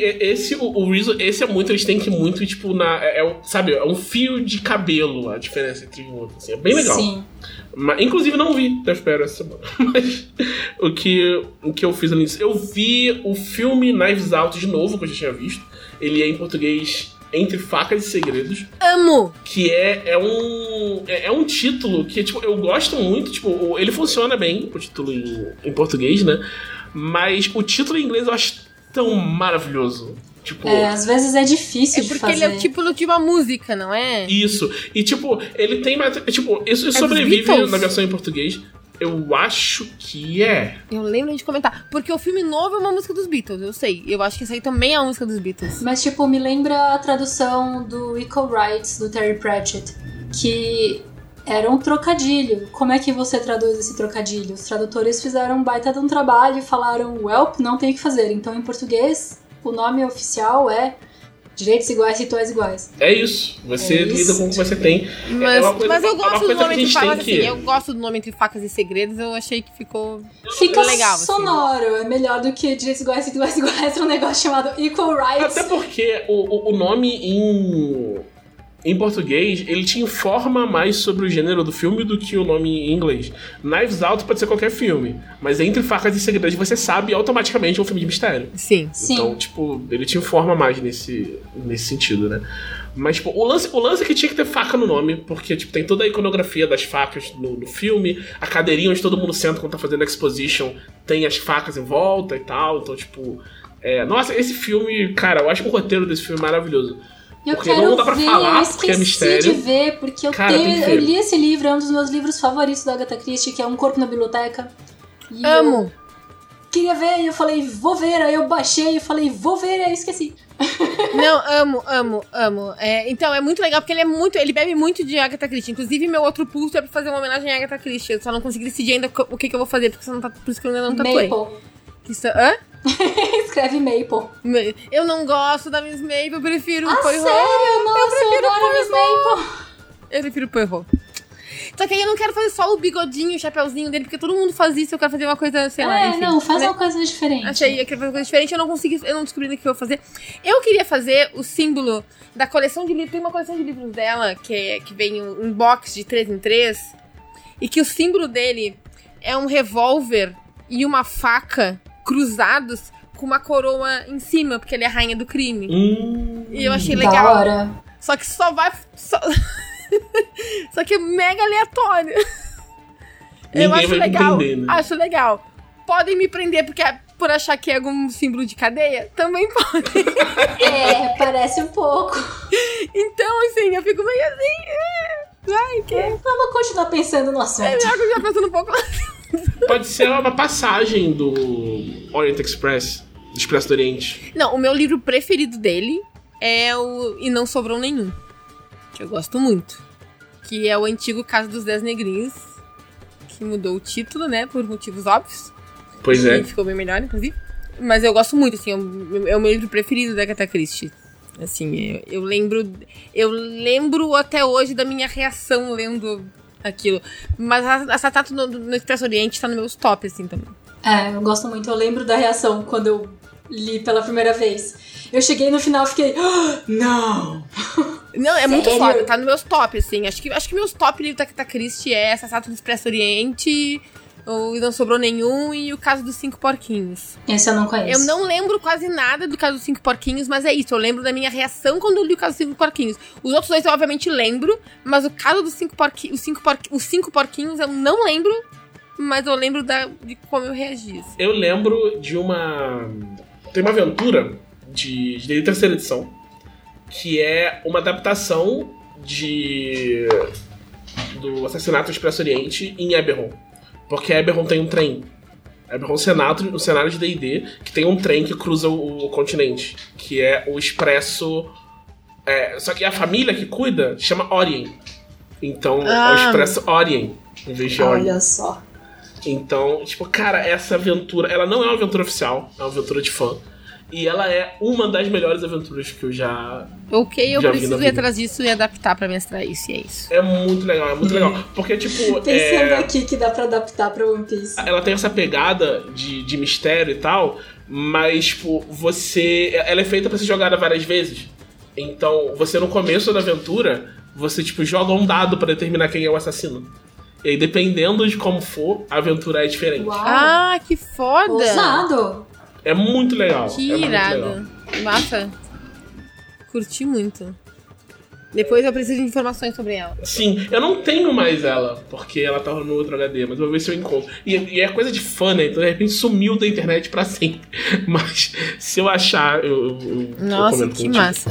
O Rizzo, esse é muito, eles têm que muito, tipo, sabe, é um fio de cabelo a diferença entre um outro, assim, é bem legal. Sim. Mas, inclusive, não vi Death Battle essa semana. Mas o que eu fiz ali, eu vi o filme Knives Out de novo, que eu já tinha visto. Ele é em português Entre Facas e Segredos. Amo! Que é um título que, tipo, eu gosto muito, tipo, ele funciona bem, o título em português, né? Mas o título em inglês eu acho tão maravilhoso. Tipo, às vezes é difícil de fazer. É porque ele é o título de uma música, não é? Isso. E, tipo, ele tem... Tipo, isso sobrevive na versão em português. Eu acho que é. Eu lembro de comentar. Porque o filme novo é uma música dos Beatles, eu sei. Eu acho que essa aí também é uma música dos Beatles. Mas, tipo, me lembra a tradução do Equal Rights, do Terry Pratchett. Que... era um trocadilho. Como é que você traduz esse trocadilho? Os tradutores fizeram um baita de um trabalho e falaram, welp, não tem o que fazer. Então, em português, o nome oficial é Direitos Iguais, Rituais Iguais. É isso. Você lida com o que você tem. Mas eu gosto do nome Entre Facas, assim, eu gosto do nome Entre Facas e Segredos, eu achei que ficou legal. Sonoro, assim. É melhor do que Direitos Iguais, Rituais Iguais, é um negócio chamado Equal Rights. Até porque o nome em português, ele te informa mais sobre o gênero do filme do que o nome em inglês. Knives Out pode ser qualquer filme, mas Entre Facas e Segredos você sabe automaticamente é um filme de mistério. Sim. Então, tipo, ele te informa mais nesse sentido, né? Mas, tipo, o lance é que tinha que ter faca no nome, porque, tipo, tem toda a iconografia das facas no filme, a cadeirinha onde todo mundo senta quando tá fazendo exposition tem as facas em volta e tal, então, tipo... nossa, esse filme, cara, eu acho o roteiro desse filme maravilhoso. Porque não dá pra falar, porque é mistério. Eu esqueci de ver, porque eu li esse livro, é um dos meus livros favoritos da Agatha Christie, que é Um Corpo na Biblioteca. Amo! queria ver, e eu falei, vou ver, aí eu baixei, e falei, vou ver, aí eu esqueci. Não, amo. Então, é muito legal, porque ele bebe muito de Agatha Christie. Inclusive, meu outro pulso é pra fazer uma homenagem a Agatha Christie. Eu só não consegui decidir ainda o que eu vou fazer, porque por isso que eu ainda não tatuei. Maple. Hã? Escreve Maple. Eu não gosto da Miss Maple, eu prefiro o Poirot. Sério? Nossa, eu adoro a Miss Maple. Eu prefiro o Poirot. Só que aí eu não quero fazer só o bigodinho, o chapeuzinho dele, porque todo mundo faz isso, eu quero fazer uma coisa, sei lá, enfim. Não, faz uma coisa diferente. Achei, eu queria fazer uma coisa diferente, eu não descobri o que eu vou fazer. Eu queria fazer o símbolo da coleção de livros, tem uma coleção de livros dela, que vem um box de 3 em 3, e que o símbolo dele é um revólver e uma faca cruzados com uma coroa em cima, porque ele é a rainha do crime. E eu achei legal. Da hora. Só que só que é mega aleatório. Eu acho legal. Prender, né? Acho legal. Podem me prender por achar que é algum símbolo de cadeia? Também podem. Parece um pouco. Então, assim, eu fico meio assim. Vamos continuar pensando no assunto. É melhor que eu já pensando um pouco. Pode ser uma passagem do Orient Express, do Expresso do Oriente. Não, o meu livro preferido dele é o E Não Sobrou Nenhum. Que eu gosto muito. Que é o antigo Caso dos 10 Negrinhos. Que mudou o título, né? Por motivos óbvios. Pois é. E ficou bem melhor, inclusive. Mas eu gosto muito, assim. É o meu livro preferido da Agatha Christie. Assim, eu lembro até hoje da minha reação lendo aquilo. Mas a Assassinato no Expresso Oriente tá nos meus top, assim, também. Eu gosto muito. Eu lembro da reação quando eu li pela primeira vez. Eu cheguei no final e fiquei... não! Não, é Sério? muito foda. Tá nos meus top, assim. Acho que meus top livros da Agatha Christie é Assassinato no Expresso Oriente, o E Não Sobrou Nenhum e o Caso dos 5 Porquinhos. Esse eu não conheço. Eu não lembro quase nada do Caso dos 5 Porquinhos, mas é isso. Eu lembro da minha reação quando eu li o Caso dos 5 Porquinhos. Os outros dois eu obviamente lembro, mas o Caso dos 5 Porquinhos... Os 5 Porquinhos eu não lembro, mas eu lembro de como eu reagi. Assim. Eu lembro de uma... Tem uma aventura de terceira edição, que é uma adaptação do Assassinato do Expresso Oriente em Eberron. Porque Eberron tem um trem. Eberron é um cenário de D&D que tem um trem que cruza o continente, que é o Expresso... só que a família que cuida chama Orient. Então é o Expresso Orient, em vez de Orient. Olha só. Então, tipo, cara, essa aventura... Ela não é uma aventura oficial, é uma aventura de fã. E ela é uma das melhores aventuras que eu já... Ok, eu já preciso ir atrás disso e adaptar pra mestrar isso, e é isso. É muito legal, Porque, tipo... Pensando aqui que dá pra adaptar pra One Piece. Ela tem essa pegada de mistério e tal, mas, tipo, ela é feita pra ser jogada várias vezes. Então, você no começo da aventura, você, tipo, joga um dado pra determinar quem é o assassino. E aí, dependendo de como for, a aventura é diferente. Uau. Que foda! Ousado! É muito legal. Que irado. Massa. Curti muito. Depois eu preciso de informações sobre ela. Sim, eu não tenho mais ela, porque ela tava no outro HD, mas eu vou ver se eu encontro. E é coisa de fã, né? Então de repente sumiu da internet pra sempre. Mas se eu achar, eu Nossa, comento que contigo. massa.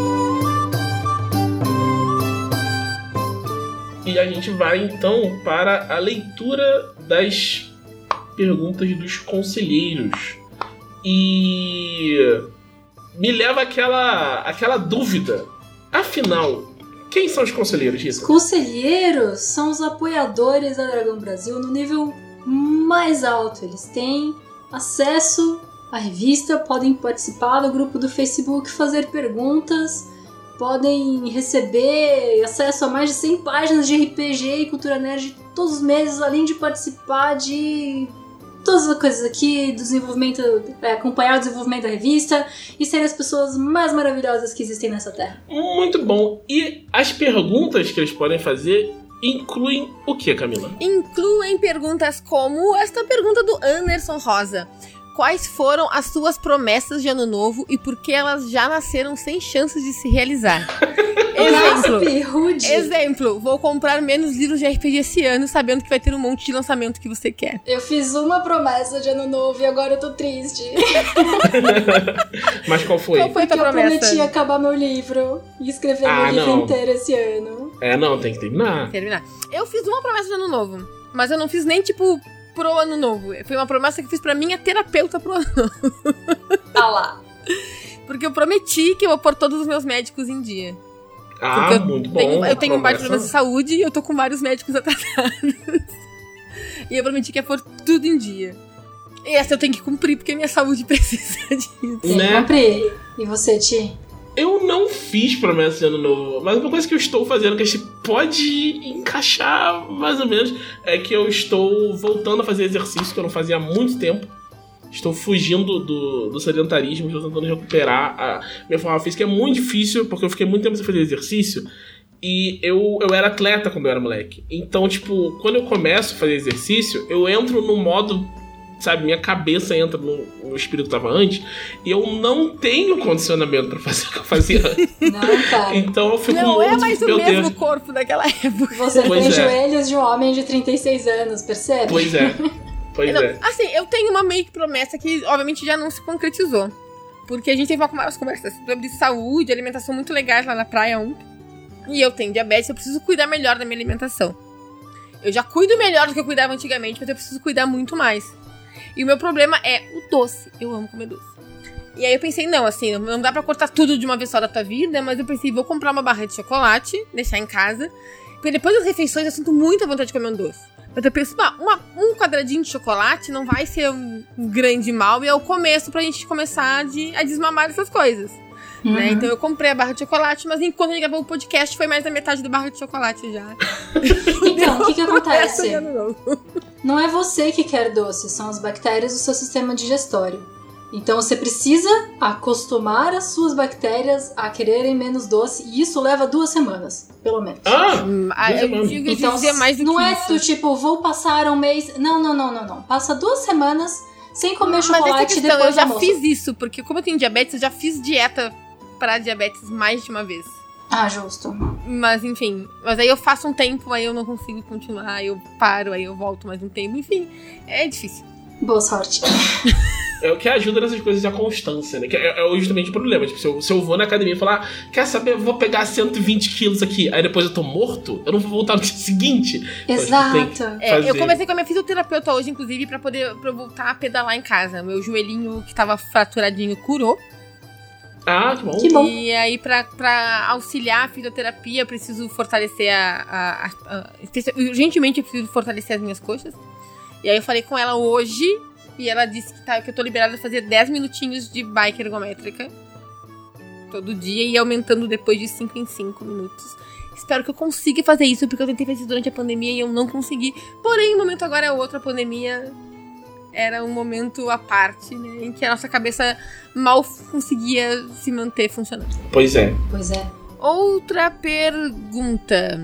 E a gente vai então para a leitura das perguntas dos conselheiros. E me leva àquela dúvida. Afinal, quem são os conselheiros, Rita? Os conselheiros são os apoiadores da Dragão Brasil no nível mais alto. Eles têm acesso à revista, podem participar do grupo do Facebook, fazer perguntas, podem receber acesso a mais de 100 páginas de RPG e cultura nerd todos os meses, além de participar de todas as coisas aqui, do desenvolvimento, acompanhar o desenvolvimento da revista e serem as pessoas mais maravilhosas que existem nessa terra. Muito bom. E as perguntas que eles podem fazer incluem o que, Camila? Incluem perguntas como esta pergunta do Anderson Rosa. Quais foram as suas promessas de ano novo e por que elas já nasceram sem chances de se realizar? Exemplo, vou comprar menos livros de RPG esse ano, sabendo que vai ter um monte de lançamento que você quer. Eu fiz uma promessa de ano novo e agora eu tô triste. Mas qual foi? Qual foi a tua promessa? Eu prometi acabar meu livro e escrever meu livro inteiro esse ano. Não, tem que terminar. Eu fiz uma promessa de ano novo, mas eu não fiz nem, tipo, pro ano novo. Foi uma promessa que eu fiz pra minha terapeuta pro ano novo. Ah lá. Porque eu prometi que eu vou pôr todos os meus médicos em dia. Ah, muito bom. Eu tenho vários problemas de saúde e eu tô com vários médicos atrasados. E eu prometi que ia pôr tudo em dia. E essa eu tenho que cumprir, porque minha saúde precisa disso. Tem que cumprir. E você, Ti? Eu não fiz promessa de ano novo, mas uma coisa que eu estou fazendo, que a gente pode encaixar mais ou menos, é que eu estou voltando a fazer exercício que eu não fazia há muito tempo. Estou fugindo do sedentarismo, estou tentando recuperar a minha forma física. É muito difícil, porque eu fiquei muito tempo sem fazer exercício. E eu era atleta quando eu era moleque. Então, tipo, quando eu começo a fazer exercício, eu entro no modo, sabe, minha cabeça entra no espírito que tava antes. E eu não tenho condicionamento pra fazer o que eu fazia antes. Não, cara. Então eu fico Não é mais o meu mesmo Deus. corpo daquela época. Você Pois tem é. joelhos de um homem de 36 anos, percebe? Pois é. Pois Não, é. assim, eu tenho uma meio que promessa que, obviamente, já não se concretizou. Porque a gente teve umas conversas sobre saúde, alimentação muito legais lá na Praia 1. E eu tenho diabetes, eu preciso cuidar melhor da minha alimentação. Eu já cuido melhor do que eu cuidava antigamente, mas eu preciso cuidar muito mais. E o meu problema é o doce. Eu amo comer doce. E aí eu pensei, não, assim, não dá pra cortar tudo de uma vez só da tua vida, mas eu pensei, vou comprar uma barra de chocolate, deixar em casa. Porque depois das refeições eu sinto muita vontade de comer um doce. Mas eu penso, um quadradinho de chocolate não vai ser um grande mal, e é o começo pra gente começar a desmamar essas coisas. Uhum. Né? Então eu comprei a barra de chocolate, mas enquanto a gente gravou o podcast foi mais da metade da barra de chocolate já. Então, o que acontece? Essa não. Não é você que quer doce, são as bactérias do seu sistema digestório. Então você precisa acostumar as suas bactérias a quererem menos doce, e isso leva 2 semanas, pelo menos. Eu digo que Então, dizer mais do não que é isso. do tipo, vou passar um mês... Não. Passa 2 semanas sem comer Mas essa chocolate questão, depois eu já do almoço. fiz isso, porque como eu tenho diabetes, eu já fiz dieta para diabetes mais de uma vez. Ah, justo. Mas enfim, mas aí eu faço um tempo, aí eu não consigo continuar, aí eu paro, aí eu volto mais um tempo, enfim, é difícil. Boa sorte. É o que ajuda nessas coisas a constância, né? Que é justamente o problema. Tipo, se eu vou na academia e falar, quer saber, vou pegar 120 quilos aqui, aí depois eu tô morto, eu não vou voltar no dia seguinte. Exato. Então, Eu conversei com a minha fisioterapeuta hoje, inclusive, pra eu voltar a pedalar em casa. Meu joelhinho que tava fraturadinho curou. Ah, que bom. Que bom. E aí, pra auxiliar a fisioterapia, eu preciso fortalecer urgentemente eu preciso fortalecer as minhas coxas. E aí eu falei com ela hoje, e ela disse que eu tô liberada de fazer 10 minutinhos de bike ergométrica todo dia, e aumentando depois de 5 em 5 minutos. Espero que eu consiga fazer isso, porque eu tentei fazer isso durante a pandemia e eu não consegui. Porém, o momento agora é outro. A pandemia era um momento à parte, né, em que a nossa cabeça mal conseguia se manter funcionando. Pois é. Pois é. Outra pergunta.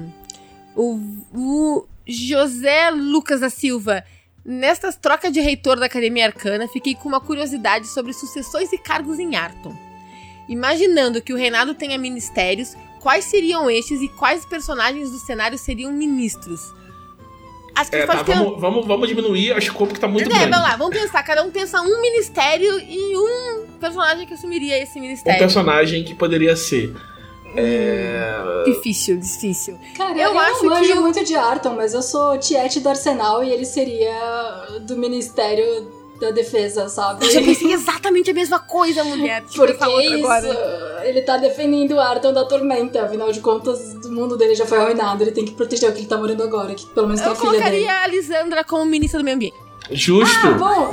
O José Lucas da Silva. Nesta troca de reitor da Academia Arcana, fiquei com uma curiosidade sobre sucessões e cargos em Arton. Imaginando que o reinado tenha ministérios, quais seriam estes e quais personagens do cenário seriam ministros? Acho que vamos diminuir o escopo que tá muito grande. Vamos lá, vamos pensar. Cada um pensa um ministério e um personagem que assumiria esse ministério. Um personagem que poderia ser... Difícil. Cara, Eu acho não manjo que muito de Arton, mas eu sou tiete do Arsenal e ele seria do Ministério da Defesa, sabe? Eu já pensei exatamente a mesma coisa, mulher. Porque ele tá defendendo o Arton da tormenta. Afinal de contas, o mundo dele já foi arruinado. Ele tem que proteger o que ele tá morando agora, que pelo menos tem a filha dele. Eu colocaria a Lisandra como ministra do meio ambiente. Justo. Bom.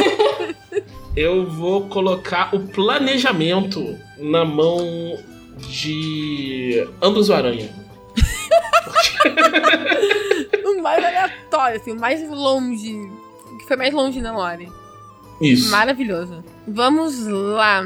Eu vou colocar o planejamento na mão de Ambros o Aranha. O mais aleatório, assim, o mais longe. O que foi mais longe na Lore. Isso. Maravilhoso. Vamos lá.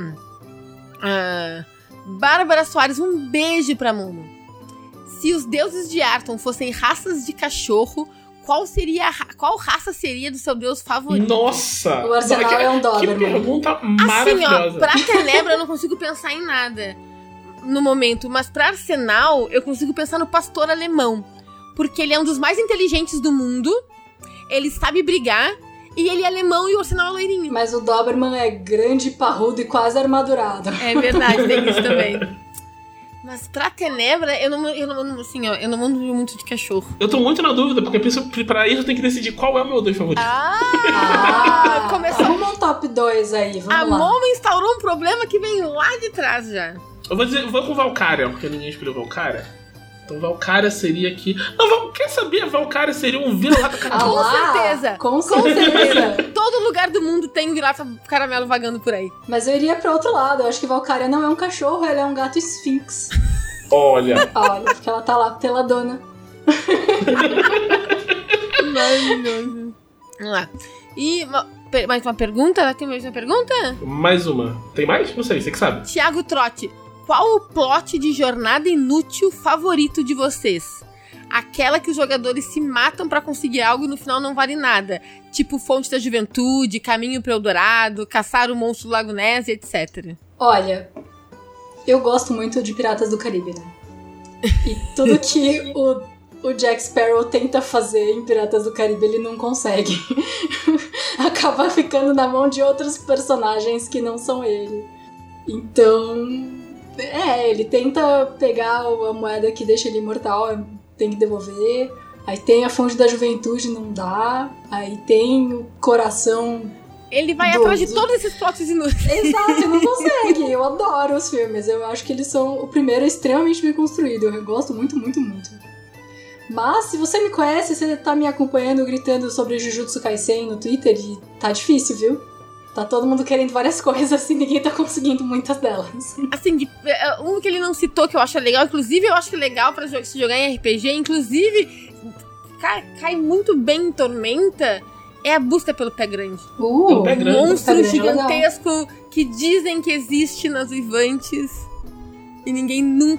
Bárbara Soares, um beijo pra Momo. Se os deuses de Arton fossem raças de cachorro, qual raça seria do seu deus favorito? Nossa! O Arsenal é um Doberman. Que pergunta Assim, maravilhosa. ó, pra Tenebra eu não consigo pensar em nada no momento, mas pra Arsenal eu consigo pensar no pastor alemão, porque ele é um dos mais inteligentes do mundo, ele sabe brigar, e ele é alemão e o Arsenal é loirinho. Mas o Doberman é grande, parrudo e quase armadurado. É verdade, tem isso também. Mas pra Tenebra, eu não mando muito de cachorro. Eu tô muito na dúvida, porque pra isso eu tenho que decidir qual é o meu 2 favorito. Começou. Vamos um top 2 aí, vamos A lá. Momo instaurou um problema que vem lá de trás já. Eu vou com Valkyria, porque ninguém escolheu Valkyria. Então Valkyria seria aqui... Não, quer saber? Valkyria seria um vira-lata caramelo. Com certeza. Com certeza. Todo lugar do mundo tem um vira-lata caramelo vagando por aí. Mas eu iria pro outro lado. Eu acho que Valkyria não é um cachorro, ela é um gato esfinx. Olha, porque ela tá lá peladona. Maravilhoso. Vamos lá. E mais uma pergunta? Tem mais uma pergunta? mais uma. Tem mais? Não sei, você que sabe. Thiago Trotti. Qual o plot de Jornada Inútil favorito de vocês? Aquela que os jogadores se matam pra conseguir algo e no final não vale nada. Tipo Fonte da Juventude, Caminho pro Eldorado, Caçar o Monstro do Lago Ness, etc. Olha, eu gosto muito de Piratas do Caribe, né? E tudo que o Jack Sparrow tenta fazer em Piratas do Caribe, ele não consegue. Acaba ficando na mão de outros personagens que não são ele. Então... ele tenta pegar a moeda que deixa ele imortal, tem que devolver. Aí tem a Fonte da Juventude, não dá. Aí tem o coração... Ele vai atrás de todos esses plots inúteis. Exato, não consegue. Eu adoro os filmes. Eu acho que eles são... O primeiro é extremamente bem construído. Eu gosto muito, muito, muito. Mas, se você me conhece, você tá me acompanhando, gritando sobre Jujutsu Kaisen no Twitter, e tá difícil, viu? Tá todo mundo querendo várias coisas e ninguém tá conseguindo muitas delas. Assim, um que ele não citou que eu acho legal, inclusive eu acho que é legal pra se jogar em RPG, inclusive cai muito bem em Tormenta, é a busca pelo Pé Grande. Pelo Pé Grande. Um monstro gigantesco legal. Que dizem que existe nas Uivantes e ninguém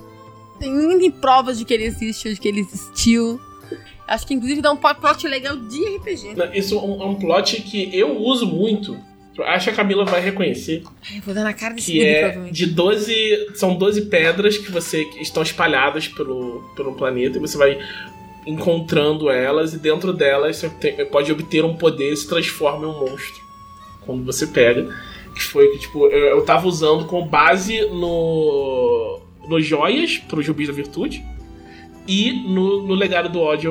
tem provas de que ele existe ou de que ele existiu. Acho que inclusive dá um plot legal de RPG. Isso é um plot que eu uso muito. Acho que a Camila vai reconhecer. Eu vou dar na cara desse que é de 12... São 12 pedras que estão espalhadas pelo planeta. E você vai encontrando elas. E dentro delas você pode obter um poder e se transforma em um monstro. Quando você pega. Que foi que, tipo, eu tava usando com base nos joias pro Jubis da Virtude. E no Legado do Ódio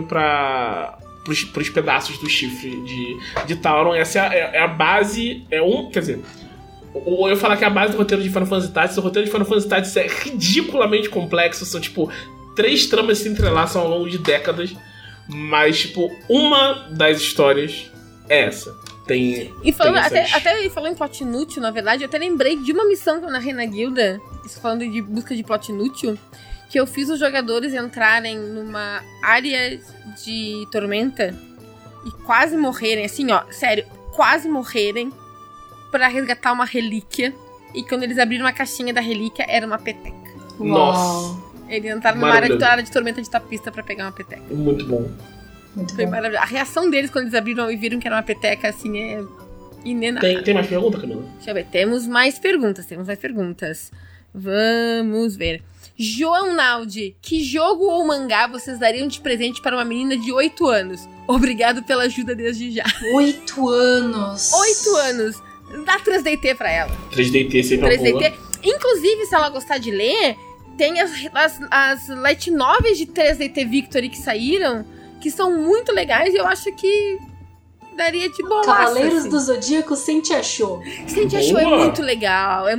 pros pedaços do chifre de Tauron. Essa é a base. Quer dizer, ou eu falar que é a base do roteiro de Final Fantasy Tactics. O roteiro de Final Fantasy Tactics é ridiculamente complexo. São, tipo, 3 tramas se entrelaçam ao longo de décadas. Mas, tipo, uma das histórias é essa. Falando em plot inútil, na verdade, eu até lembrei de uma missão que eu narrei na guilda. Isso falando de busca de plot inútil. Que eu fiz os jogadores entrarem numa área de tormenta e quase morrerem, assim, ó, sério, quase morrerem pra resgatar uma relíquia. E quando eles abriram uma caixinha da relíquia, era uma peteca. Nossa! Eles entraram numa área de tormenta de tapista pra pegar uma peteca. Muito bom. Foi maravilhoso. A reação deles quando eles abriram e viram que era uma peteca, assim, é inenarrável. Tem mais pergunta, Camila? Deixa eu ver, temos mais perguntas. Vamos ver. João Naldi, que jogo ou mangá vocês dariam de presente para uma menina de 8 anos? Obrigado pela ajuda desde já. 8 anos. 8 anos. Dá 3DT pra ela. 3DT sempre é boa. Inclusive, se ela gostar de ler, tem as light novels de 3DT Victory que saíram, que são muito legais e eu acho que daria de boa. Cavaleiros assim. do Zodíaco Sente Achou. Sente Achou é muito legal,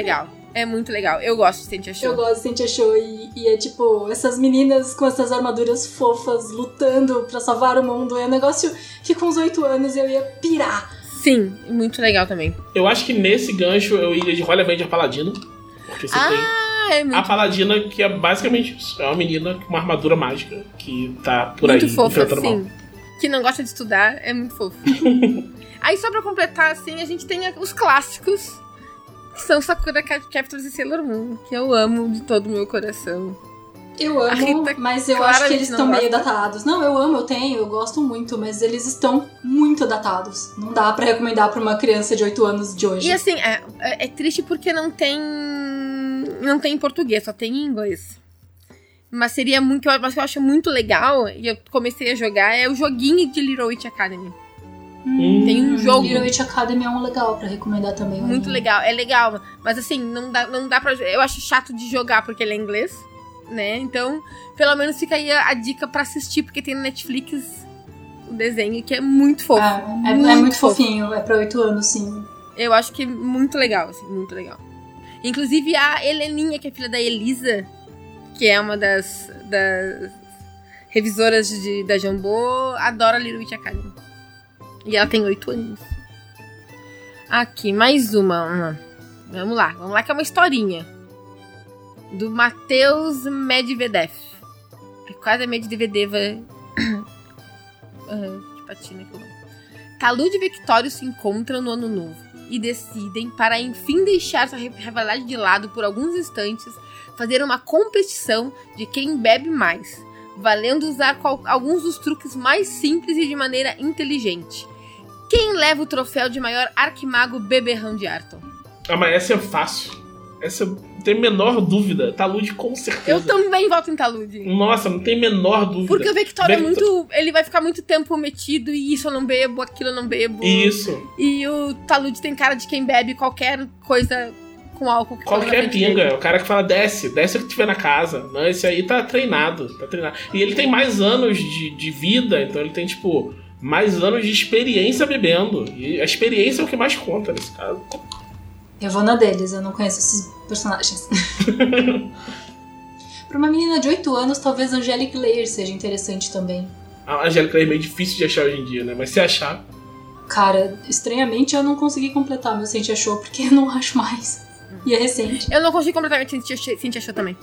É muito legal. Eu gosto de Sente Achou. Eu gosto de Sente Achou e é tipo, essas meninas com essas armaduras fofas lutando pra salvar o mundo. É um negócio que com os 8 anos eu ia pirar. Sim, muito legal também. Eu acho que nesse gancho eu iria de Holy Avenger Paladino. Porque você tem a Paladina, que é basicamente isso. É uma menina com uma armadura mágica que tá por muito aí fofa, enfrentando sim. mal. Que não gosta de estudar, é muito fofo. Aí só pra completar, assim, a gente tem os clássicos. Que são Sakura Captors e Sailor Moon, que eu amo de todo o meu coração. Eu amo, mas eu acho que eles estão meio datados. Não, eu gosto muito, mas eles estão muito datados. Não dá pra recomendar pra uma criança de 8 anos de hoje. E assim, é triste porque não tem em português, só tem em inglês. Mas seria muito, mas que eu acho muito legal, e eu comecei a jogar, é o joguinho de Little Witch Academy. Tem um jogo. Little Witch Academy é um legal pra recomendar também. Muito legal, é legal. Mas assim, não dá pra... Eu acho chato de jogar porque ele é inglês, né? Então, pelo menos fica aí a dica pra assistir, porque tem no Netflix o desenho, que é muito fofo. É muito fofinho, é pra 8 anos, sim. Eu acho que é muito legal, assim, muito legal. Inclusive a Heleninha, que é filha da Elisa, que é uma das revisoras da Jambô, adora Little Witch Academy. E ela tem 8 anos. Aqui, mais uma. Vamos lá, que é uma historinha. Do Matheus Medvedev. É quase a Medvedeva... de patina que eu amo. Talud e Victório se encontram no ano novo e decidem, para enfim deixar sua rivalidade de lado por alguns instantes, fazer uma competição de quem bebe mais, valendo usar alguns dos truques mais simples e de maneira inteligente. Quem leva o troféu de maior arquimago beberrão de Arton? Mas essa é fácil. Essa não tem a menor dúvida. Talud, com certeza. Eu também voto em Talud. Nossa, não tem a menor dúvida. Porque o Victor é muito... Ele vai ficar muito tempo metido e isso eu não bebo, aquilo eu não bebo. Isso. E o Talud tem cara de quem bebe qualquer coisa com álcool. Qualquer pinga. É o cara que fala, desce o que tiver na casa. Não, esse aí tá treinado. E ele tem mais anos de vida, então ele tem, tipo, mais anos de experiência bebendo. E a experiência é o que mais conta nesse caso. Eu vou na deles, eu não conheço esses personagens. Pra uma menina de 8 anos, talvez Angelic Layer seja interessante também. A Angelic Layer é meio difícil de achar hoje em dia, né? Mas se achar... Cara, estranhamente eu não consegui completar meu Sente Achou, porque eu não acho mais. E é recente. Eu não consegui completamente Sente Achou também.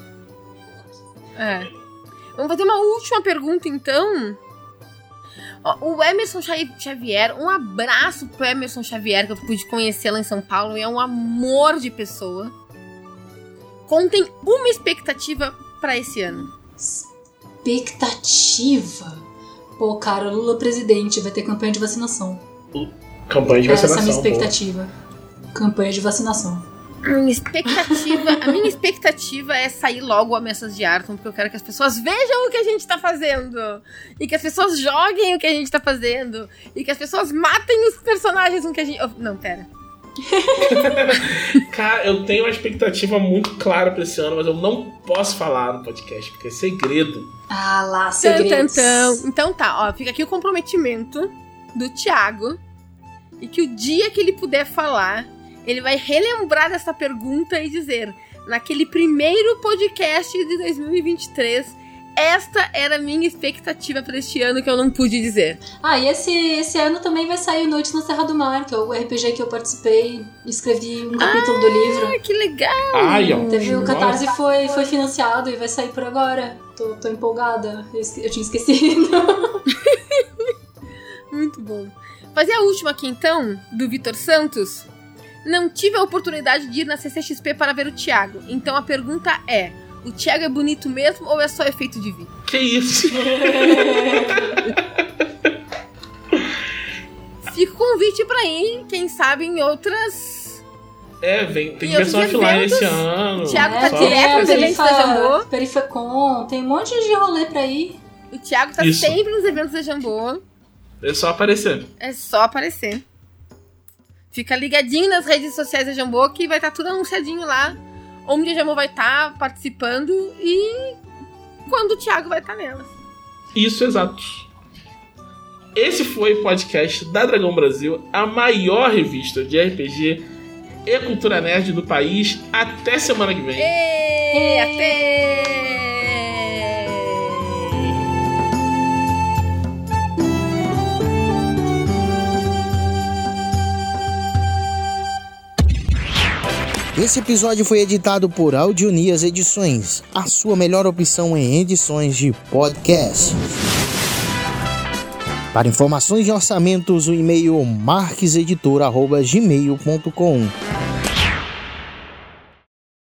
Vamos fazer uma última pergunta, então... O Emerson Xavier, um abraço pro Emerson Xavier, que eu pude conhecer lá em São Paulo, e é um amor de pessoa. Contem uma expectativa pra esse ano. Expectativa? Pô, cara, Lula presidente, vai ter campanha de vacinação. Campanha de vacinação. Essa é a minha expectativa. Campanha de vacinação. A minha expectativa é sair logo Ameaças de Arton, porque eu quero que as pessoas vejam o que a gente tá fazendo. E que as pessoas joguem o que a gente tá fazendo. E que as pessoas matem os personagens com que a gente... Não, pera. Cara, eu tenho uma expectativa muito clara pra esse ano, mas eu não posso falar no podcast, porque é segredo. Ah lá, segredos. Então tá, ó, fica aqui o comprometimento do Thiago. E que o dia que ele puder falar... Ele vai relembrar dessa pergunta e dizer: naquele primeiro podcast de 2023, esta era a minha expectativa para este ano que eu não pude dizer. E esse ano também vai sair Noite na Serra do Mar, que é o RPG que eu participei, escrevi um capítulo do livro. Que legal! Teve o Catarse foi financiado e vai sair por agora. Tô empolgada, eu tinha esquecido. Muito bom. Fazer a última aqui então, do Vitor Santos. Não tive a oportunidade de ir na CCXP para ver o Thiago. Então a pergunta é: o Thiago é bonito mesmo ou é só efeito de vida? Que isso? Fica o convite pra ir, quem sabe em outras... tem versão offline esse ano. O Thiago tá direto nos eventos da Jambô. Perifacon, tem um monte de rolê pra ir. O Thiago tá sempre nos eventos da Jambô. É só aparecer. Fica ligadinho nas redes sociais da Jambô, que vai estar tudo anunciadinho lá. Onde a Jambô vai estar participando e quando o Thiago vai estar nelas. Isso, exato. Esse foi o podcast da Dragão Brasil, a maior revista de RPG e cultura nerd do país. Até semana que vem. Até! Esse episódio foi editado por Audionias Edições, a sua melhor opção em edições de podcast. Para informações de orçamentos, o e-mail marqueseditor@gmail.com.